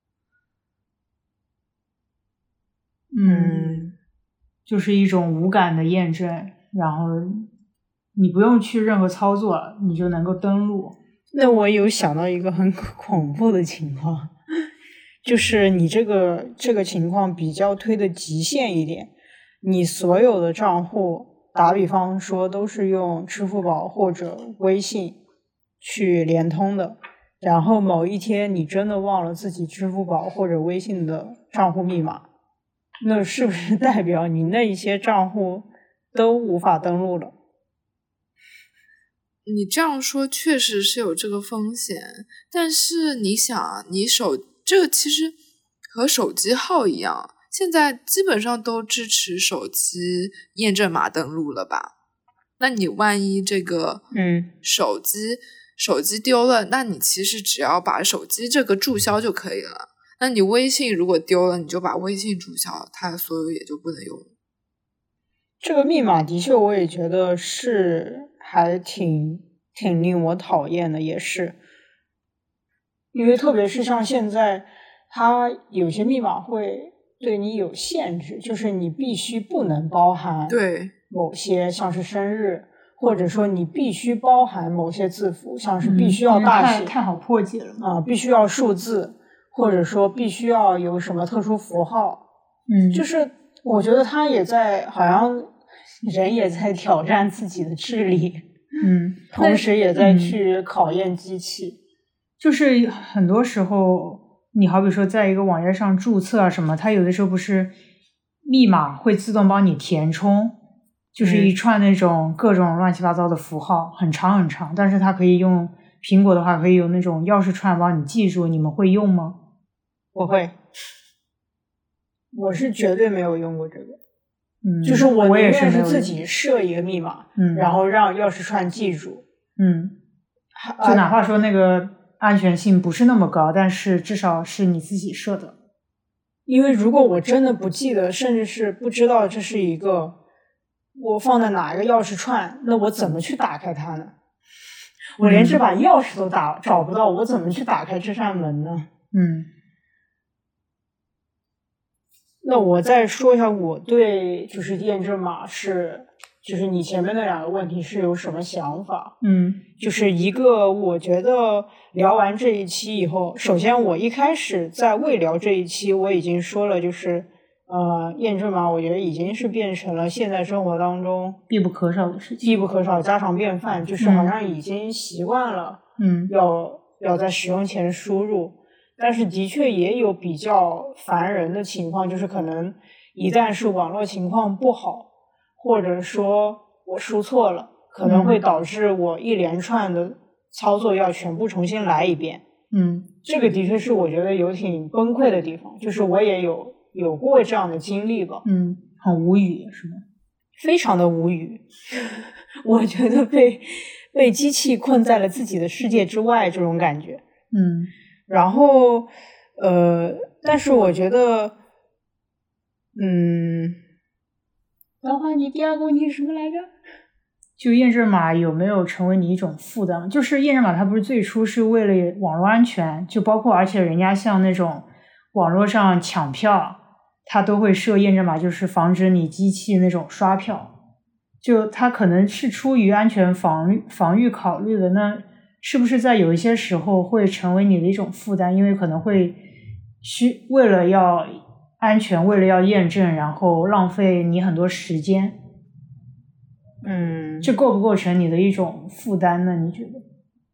嗯，就是一种无感的验证，然后你不用去任何操作，你就能够登录。 那我有想到一个很恐怖的情况，就是你这个这个情况比较推的极限一点，你所有的账户打比方说都是用支付宝或者微信去联通的，然后某一天你真的忘了自己支付宝或者微信的账户密码，那是不是代表你那一些账户都无法登录了？ 你这样说确实是有这个风险，但是你想，你手这个其实和手机号一样，现在基本上都支持手机验证码登录了吧？那你万一这个嗯手机、嗯、手机丢了，那你其实只要把手机这个注销就可以了。那你微信如果丢了，你就把微信注销，它所有也就不能用了。 这个密码的确我也觉得是还挺挺令我讨厌的，也是因为特别是像现在它有些密码会对你有限制，就是你必须不能包含对某些像是生日，或者说你必须包含某些字符，像是必须要大写、 嗯、太, 太好破解了啊、呃，必须要数字，或者说必须要有什么特殊符号， 嗯， 就是我觉得他也在，好像人也在挑战自己的智力， 嗯， 同时也在去考验机器。嗯、 就是很多时候，你好比说在一个网页上注册啊什么，它有的时候不是密码会自动帮你填充，就是一串那种各种乱七八糟的符号，很长很长，但是它可以用苹果的话可以用那种钥匙串帮你记住。你们会用吗？ 我会。我是绝对没有用过这个， 嗯， 就是我我也是是自己设一个密码， 嗯， 然后让钥匙串记住， 嗯，就哪怕说那个安全性不是那么高，但是至少是你自己设的。 因为如果我真的不记得，甚至是不知道这是一个我放在哪一个钥匙串，那我怎么去打开它呢？我连这把钥匙都打找不到，我怎么去打开这扇门呢？ 嗯。 那我再说一下我对就是验证码是就是你前面那两个问题是有什么想法。 嗯， 就是一个我觉得聊完这一期以后，首先我一开始在未聊这一期我已经说了，就是呃验证码我觉得已经是变成了现在生活当中必不可少的事情， 必不可少家常便饭，就是好像已经习惯了嗯要要在使用前输入。但是的确也有比较烦人的情况，就是可能一旦是网络情况不好，或者说我输错了，可能会导致我一连串的操作要全部重新来一遍。 嗯， 这个的确是我觉得有挺崩溃的地方，就是我也有有过这样的经历吧。 嗯，很无语是吗？ 非常的无语，我觉得被被机器困在了自己的世界之外这种感觉。 嗯。 然后，呃，但是我觉得，嗯，等会你第二个问题是什么来着？ 就验证码有没有成为你一种负担？就是验证码它不是最初是为了网络安全，就包括而且人家像那种网络上抢票，它都会设验证码，就是防止你机器那种刷票。就它可能是出于安全防御防御考虑的，那是不是在有一些时候会成为你的一种负担？因为可能会需为了要安全，为了要验证，然后浪费你很多时间。 嗯， 这构不构成你的一种负担呢？你觉得？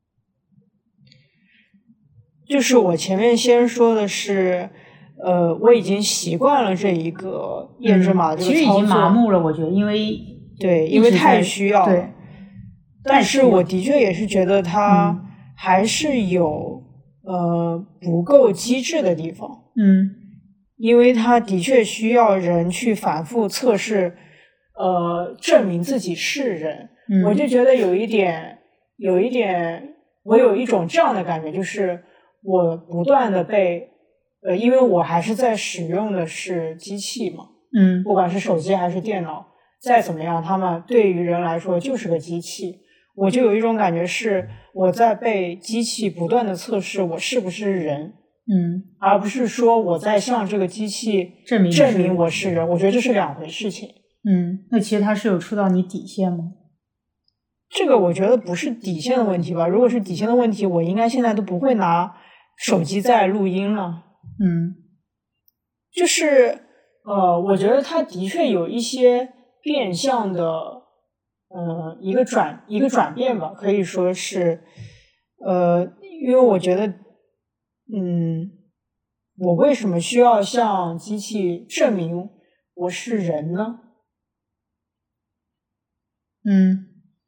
就是我前面先说的是，呃，我已经习惯了这一个验证码的这个操作， 其实已经麻木了，我觉得，因为对，因为太需要了。 对。 但是我的确也是觉得它还是有、嗯、呃不够机智的地方， 嗯， 因为它的确需要人去反复测试，呃，证明自己是人。 嗯， 我就觉得有一点，有一点，我有一种这样的感觉，就是我不断的被，呃，因为我还是在使用的是机器嘛， 嗯， 不管是手机还是电脑，再怎么样，他们对于人来说就是个机器。我就有一种感觉是我在被机器不断的测试我是不是人， 嗯， 而不是说我在向这个机器证明证明我是人。我觉得这是两回事情。 嗯，那其实它是有触到你底线吗？ 这个我觉得不是底线的问题吧。如果是底线的问题，我应该现在都不会拿手机在录音了。 嗯， 就是呃，我觉得它的确有一些变相的。呃，一个转一个转变吧，可以说是，呃，因为我觉得，嗯，我为什么需要向机器证明我是人呢？ 嗯，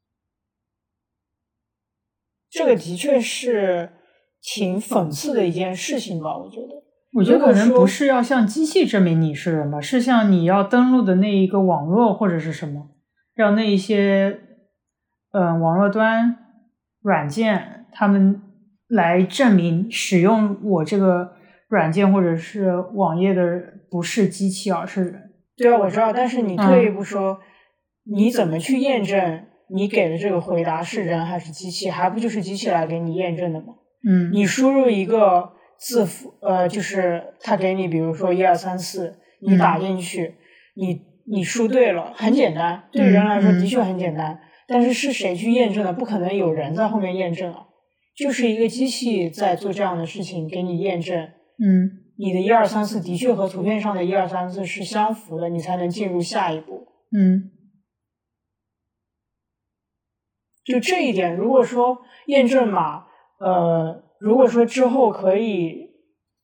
这个的确是挺讽刺的一件事情吧，我觉得。 我觉得可能不是要向机器证明你是人吧，是向你要登录的那一个网络或者是什么。让那一些呃网络端软件他们来证明使用我这个软件或者是网页的不是机器而是人。 对啊，我知道，但是你退一步说、嗯、你怎么去验证你给的这个回答是人还是机器？还不就是机器来给你验证的吗？ 嗯， 你输入一个字符，呃，就是他给你比如说一二三四，你打进去、嗯、你你输对了，很简单，对人来说的确很简单、嗯嗯、但是是谁去验证的？不可能有人在后面验证啊，就是一个机器在做这样的事情给你验证。 嗯， 你的一二三四的确和图片上的一二三四是相符的，你才能进入下一步。 嗯， 就这一点，如果说验证码，呃，如果说之后可以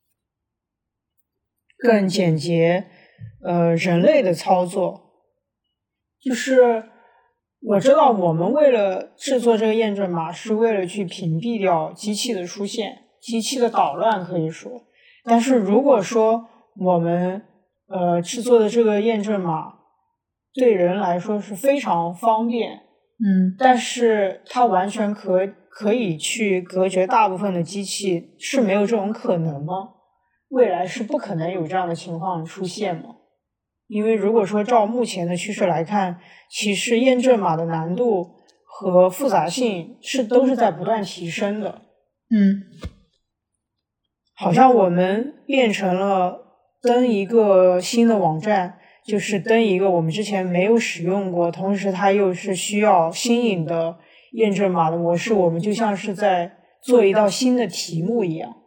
更简洁，呃，人类的操作，就是我知道我们为了制作这个验证码，是为了去屏蔽掉机器的出现，机器的捣乱可以说。但是如果说我们呃制作的这个验证码对人来说是非常方便， 嗯， 但是它完全可可以去隔绝大部分的机器，是没有这种可能吗？未来是不可能有这样的情况出现吗？因为如果说照目前的趋势来看，其实验证码的难度和复杂性是都是在不断提升的。 嗯， 好像我们变成了登一个新的网站，就是登一个我们之前没有使用过，同时它又是需要新颖的验证码的模式，我们就像是在做一道新的题目一样。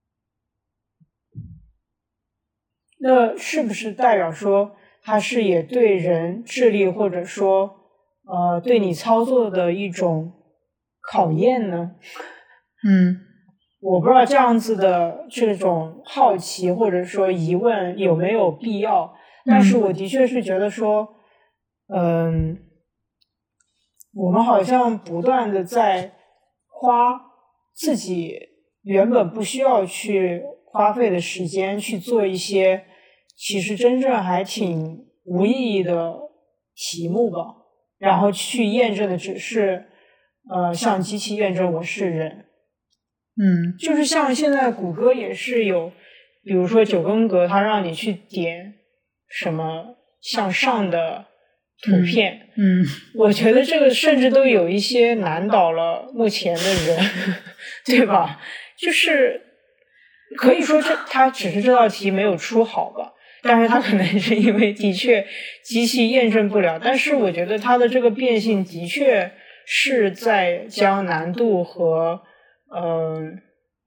那是不是代表说它是也对人智力或者说呃对你操作的一种考验呢？ 嗯， 我不知道这样子的这种好奇或者说疑问有没有必要，但是我的确是觉得说，嗯，我们好像不断的在花自己原本不需要去花费的时间去做一些其实真正还挺无意义的题目吧，然后去验证的只是呃向机器验证我是人。 嗯， 就是像现在谷歌也是有，比如说九宫格，它让你去点什么向上的图片， 嗯，嗯我觉得这个甚至都有一些难倒了目前的人，对吧？就是可以说这它只是这道题没有出好吧，但是它可能是因为的确机器验证不了，但是我觉得它的这个变性的确是在将难度和嗯，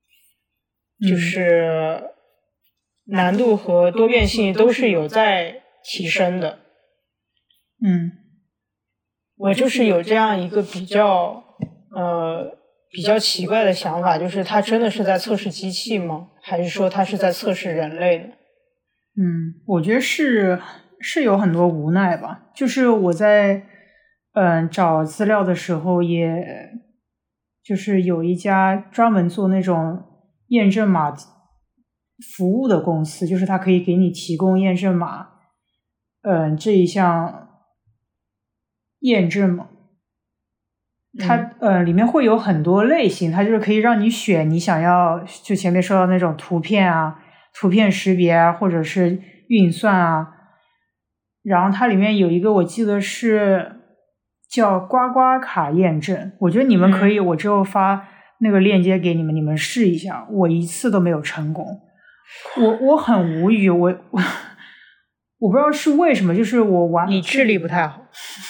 就是难度和多变性都是有在提升的。 嗯， 我就是有这样一个比较呃比较奇怪的想法，就是它真的是在测试机器吗？还是说它是在测试人类呢？ 嗯，我觉得是是有很多无奈吧。就是我在嗯、呃、找资料的时候也。就是有一家专门做那种验证码服务的公司，就是它可以给你提供验证码，嗯、呃，这一项验证嘛，它、嗯、呃里面会有很多类型，它就是可以让你选你想要，就前面说到那种图片啊、图片识别啊，或者是运算啊，然后它里面有一个我记得是。叫刮刮卡验证，我觉得你们可以，我之后发那个链接给你们，你们试一下。我一次都没有成功，我我很无语，我我我不知道是为什么，就是我玩你智力不太好，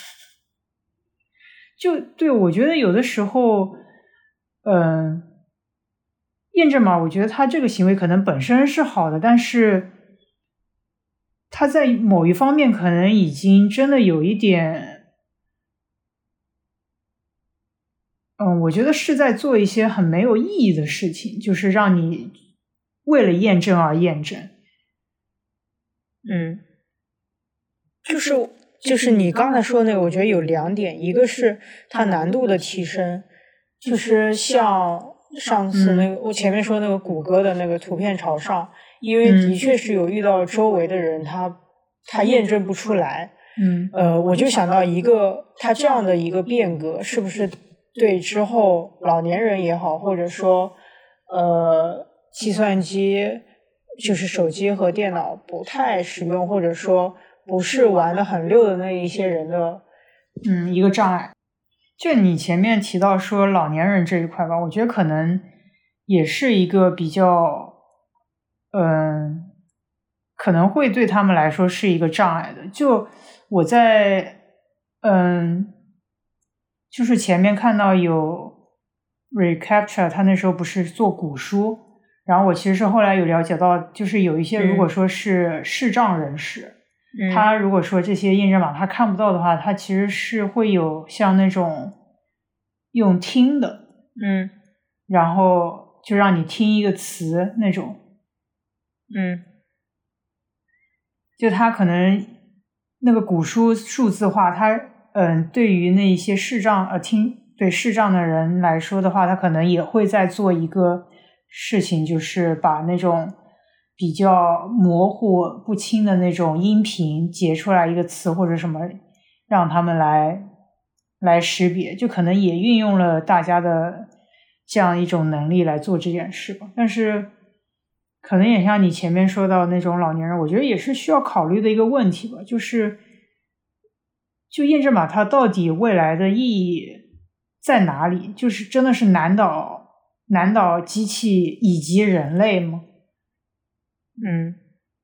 就对，我觉得有的时候，嗯、呃，验证码，我觉得他这个行为可能本身是好的，但是他在某一方面可能已经真的有一点。嗯，我觉得是在做一些很没有意义的事情，就是让你为了验证而验证。 嗯，就是就是你刚才说的那个，我觉得有两点，一个是它难度的提升，就是像上次那个、嗯、我前面说那个谷歌的那个图片朝上，因为的确是有遇到周围的人，他他验证不出来。 嗯， 呃，我就想到一个，他这样的一个变革，是不是？对之后老年人也好，或者说呃计算机就是手机和电脑不太使用，或者说不是玩得很溜的那一些人的嗯一个障碍。就你前面提到说老年人这一块吧，我觉得可能也是一个比较嗯、呃、可能会对他们来说是一个障碍的。就我在嗯。就是前面看到有 Recaptcha， 他那时候不是做古书， 然后我其实是后来有了解到，就是有一些如果说是视障人士， 嗯、 他如果说这些验证码他看不到的话，他其实是会有像那种用听的， 嗯， 然后就让你听一个词那种， 嗯， 就他可能那个古书数字化，他嗯，对于那些视障呃听对视障的人来说的话，他可能也会在做一个事情，就是把那种比较模糊不清的那种音频截出来一个词或者什么，让他们来来识别，就可能也运用了大家的这样一种能力来做这件事吧。但是可能也像你前面说到那种老年人，我觉得也是需要考虑的一个问题吧，就是就验证码它到底未来的意义在哪里？就是真的是难倒难倒机器以及人类吗？ 嗯，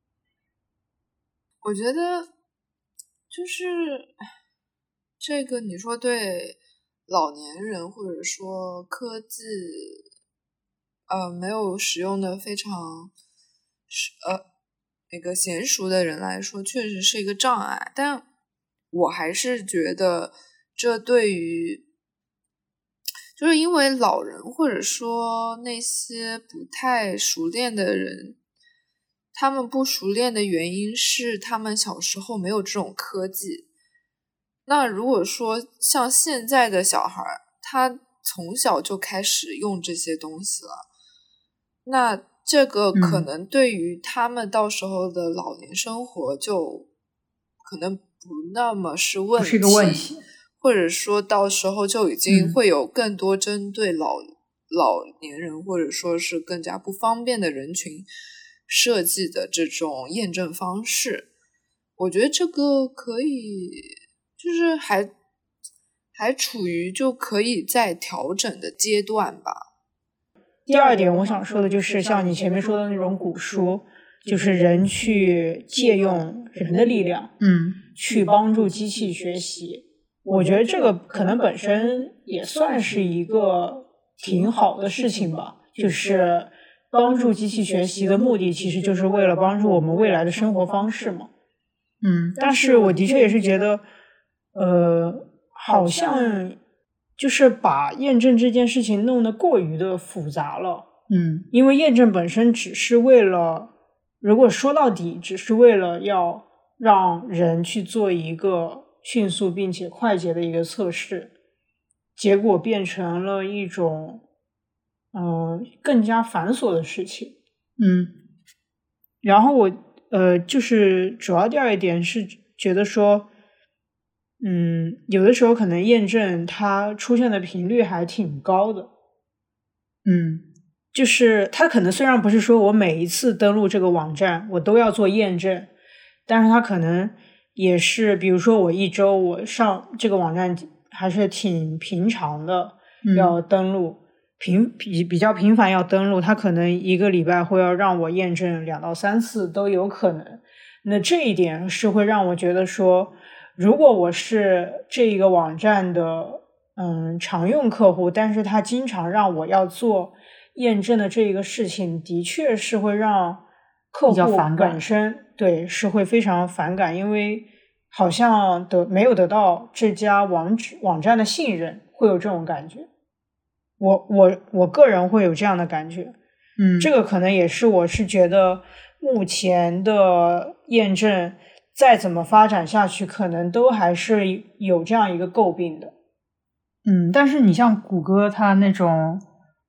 我觉得就是这个你说对老年人或者说科技呃没有使用的非常呃那个娴熟的人来说确实是一个障碍，但我还是觉得这对于就是因为老人或者说那些不太熟练的人，他们不熟练的原因是他们小时候没有这种科技。那如果说像现在的小孩，他从小就开始用这些东西了，那这个可能对于他们到时候的老年生活就可能不那么是问题， 不是一个问题， 或者说到时候就已经会有更多针对老、嗯、老年人或者说是更加不方便的人群设计的这种验证方式。我觉得这个可以就是还还处于就可以再调整的阶段吧。 第二点我想说的就是像你前面说的那种古书，就是人去借用人的力量， 嗯， 去帮助机器学习。我觉得这个可能本身也算是一个挺好的事情吧，就是帮助机器学习的目的其实就是为了帮助我们未来的生活方式嘛。 嗯， 但是我的确也是觉得呃，好像就是把验证这件事情弄得过于的复杂了。 嗯， 因为验证本身只是为了，如果说到底只是为了要让人去做一个迅速并且快捷的一个测试，结果变成了一种嗯、呃、更加繁琐的事情。 嗯， 然后我呃就是主要第二一点是觉得说嗯，有的时候可能验证它出现的频率还挺高的。 嗯， 就是它可能虽然不是说我每一次登录这个网站我都要做验证，但是它可能也是比如说我一周我上这个网站还是挺平常的要登录，嗯、频比比较频繁要登录，它可能一个礼拜会要让我验证两到三次都有可能。那这一点是会让我觉得说，如果我是这一个网站的嗯常用客户，但是他经常让我要做验证的这一个事情，的确是会让客户本身对是会非常反感，因为好像得没有得到这家网址网站的信任，会有这种感觉。我我我个人会有这样的感觉。 嗯， 这个可能也是我是觉得目前的验证再怎么发展下去，可能都还是有这样一个诟病的。 嗯，但是你像谷歌它那种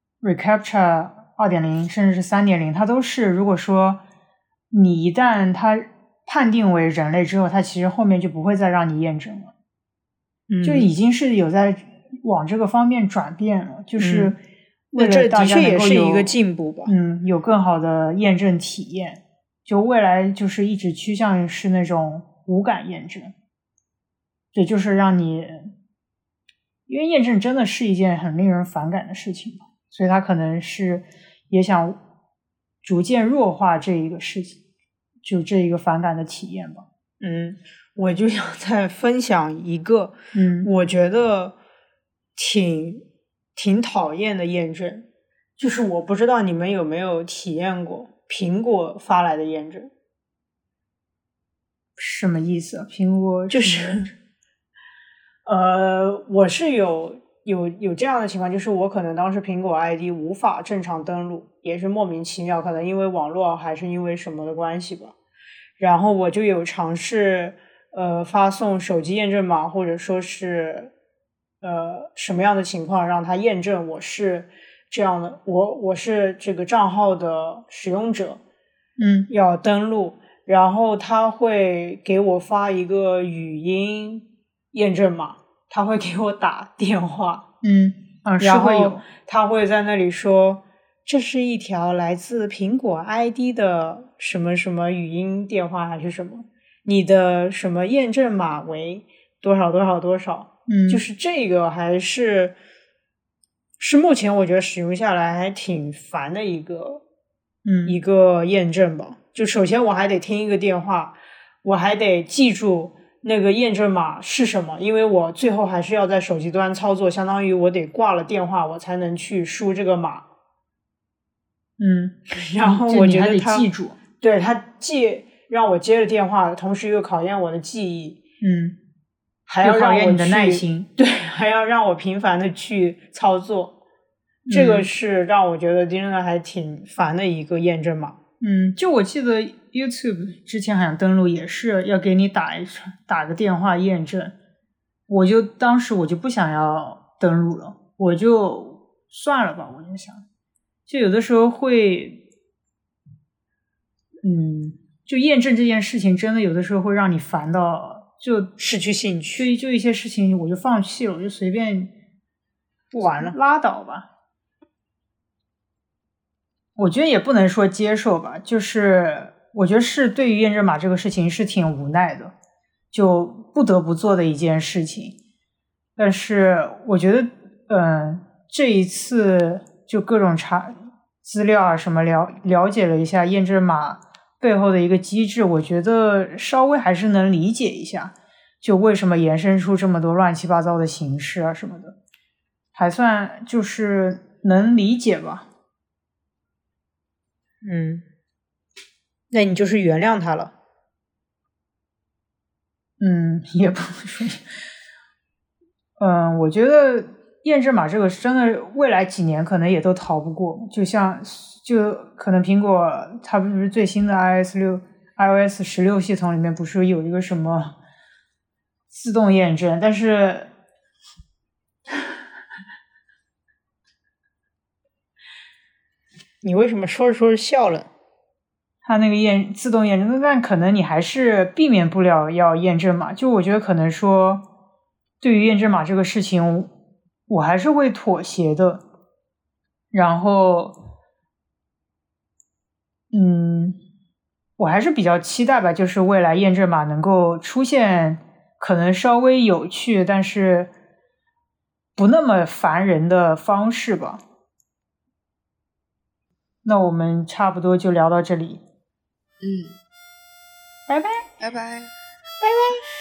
reCAPTCHA 二点零 甚至是 三点零， 它都是如果说你一旦它判定为人类之后，它其实后面就不会再让你验证了。 嗯， 就已经是有在往这个方面转变了，就是为了大家能够有、 嗯、这的确也是一个进步吧。 嗯，有更好的验证体验。就未来就是一直趋向于是那种无感验证，也就是让你，因为验证真的是一件很令人反感的事情嘛，所以他可能是也想逐渐弱化这一个事情，就这一个反感的体验吧。 嗯，我就想再分享一个， 嗯， 我觉得挺挺讨厌的验证， 就是我不知道你们有没有体验过苹果发来的验证。 什么意思？苹果就是呃我是有有有这样的情况，就是我可能当时苹果 I D 无法正常登录，也是莫名其妙，可能因为网络还是因为什么的关系吧。然后我就有尝试呃发送手机验证码，或者说是呃什么样的情况让它验证我是这样的，我我是这个账号的使用者， 嗯， 要登录，然后他会给我发一个语音验证码，他会给我打电话， 嗯啊，是会有， 他会在那里说这是一条来自苹果 I D 的什么什么语音电话还是什么，你的什么验证码为多少多少多少， 嗯， 就是这个还是是目前我觉得使用下来还挺烦的一个嗯一个验证吧。就首先我还得听一个电话，我还得记住那个验证码是什么，因为我最后还是要在手机端操作，相当于我得挂了电话我才能去输这个码。 嗯， 然后我觉得他记住， 对他既让我接了电话，同时又考验我的记忆， 嗯， 还要让我你的耐心， 对，还要让我频繁的去操作，嗯、这个是让我觉得真的还挺烦的一个验证码。 嗯，就我记得 YouTube 之前好像登录也是要给你打一打个电话验证，我就当时我就不想要登录了，我就算了吧，我就想，就有的时候会，嗯，就验证这件事情真的有的时候会让你烦到就失去兴趣， 就就一些事情我就放弃了，我就随便不玩了， 拉倒吧。我觉得也不能说接受吧，就是我觉得是对于验证码这个事情是挺无奈的，就不得不做的一件事情。但是我觉得，嗯，这一次就各种查资料啊什么了了解了一下验证码背后的一个机制，我觉得稍微还是能理解一下，就为什么延伸出这么多乱七八糟的形式啊什么的，还算就是能理解吧。 嗯，那你就是原谅他了。 嗯，也不说。嗯，我觉得验证码这个真的未来几年可能也都逃不过，就像就可能苹果它不是最新的 iOS 六 iOS 十六系统里面不是有一个什么自动验证，但是你为什么说着说着笑了？ 它那个验自动验证，但可能你还是避免不了要验证码。就我觉得可能说，对于验证码这个事情，我还是会妥协的。然后，嗯，我还是比较期待吧，就是未来验证码能够出现可能稍微有趣，但是不那么烦人的方式吧。那我们差不多就聊到这里。 嗯， 拜拜， 拜拜，拜拜拜。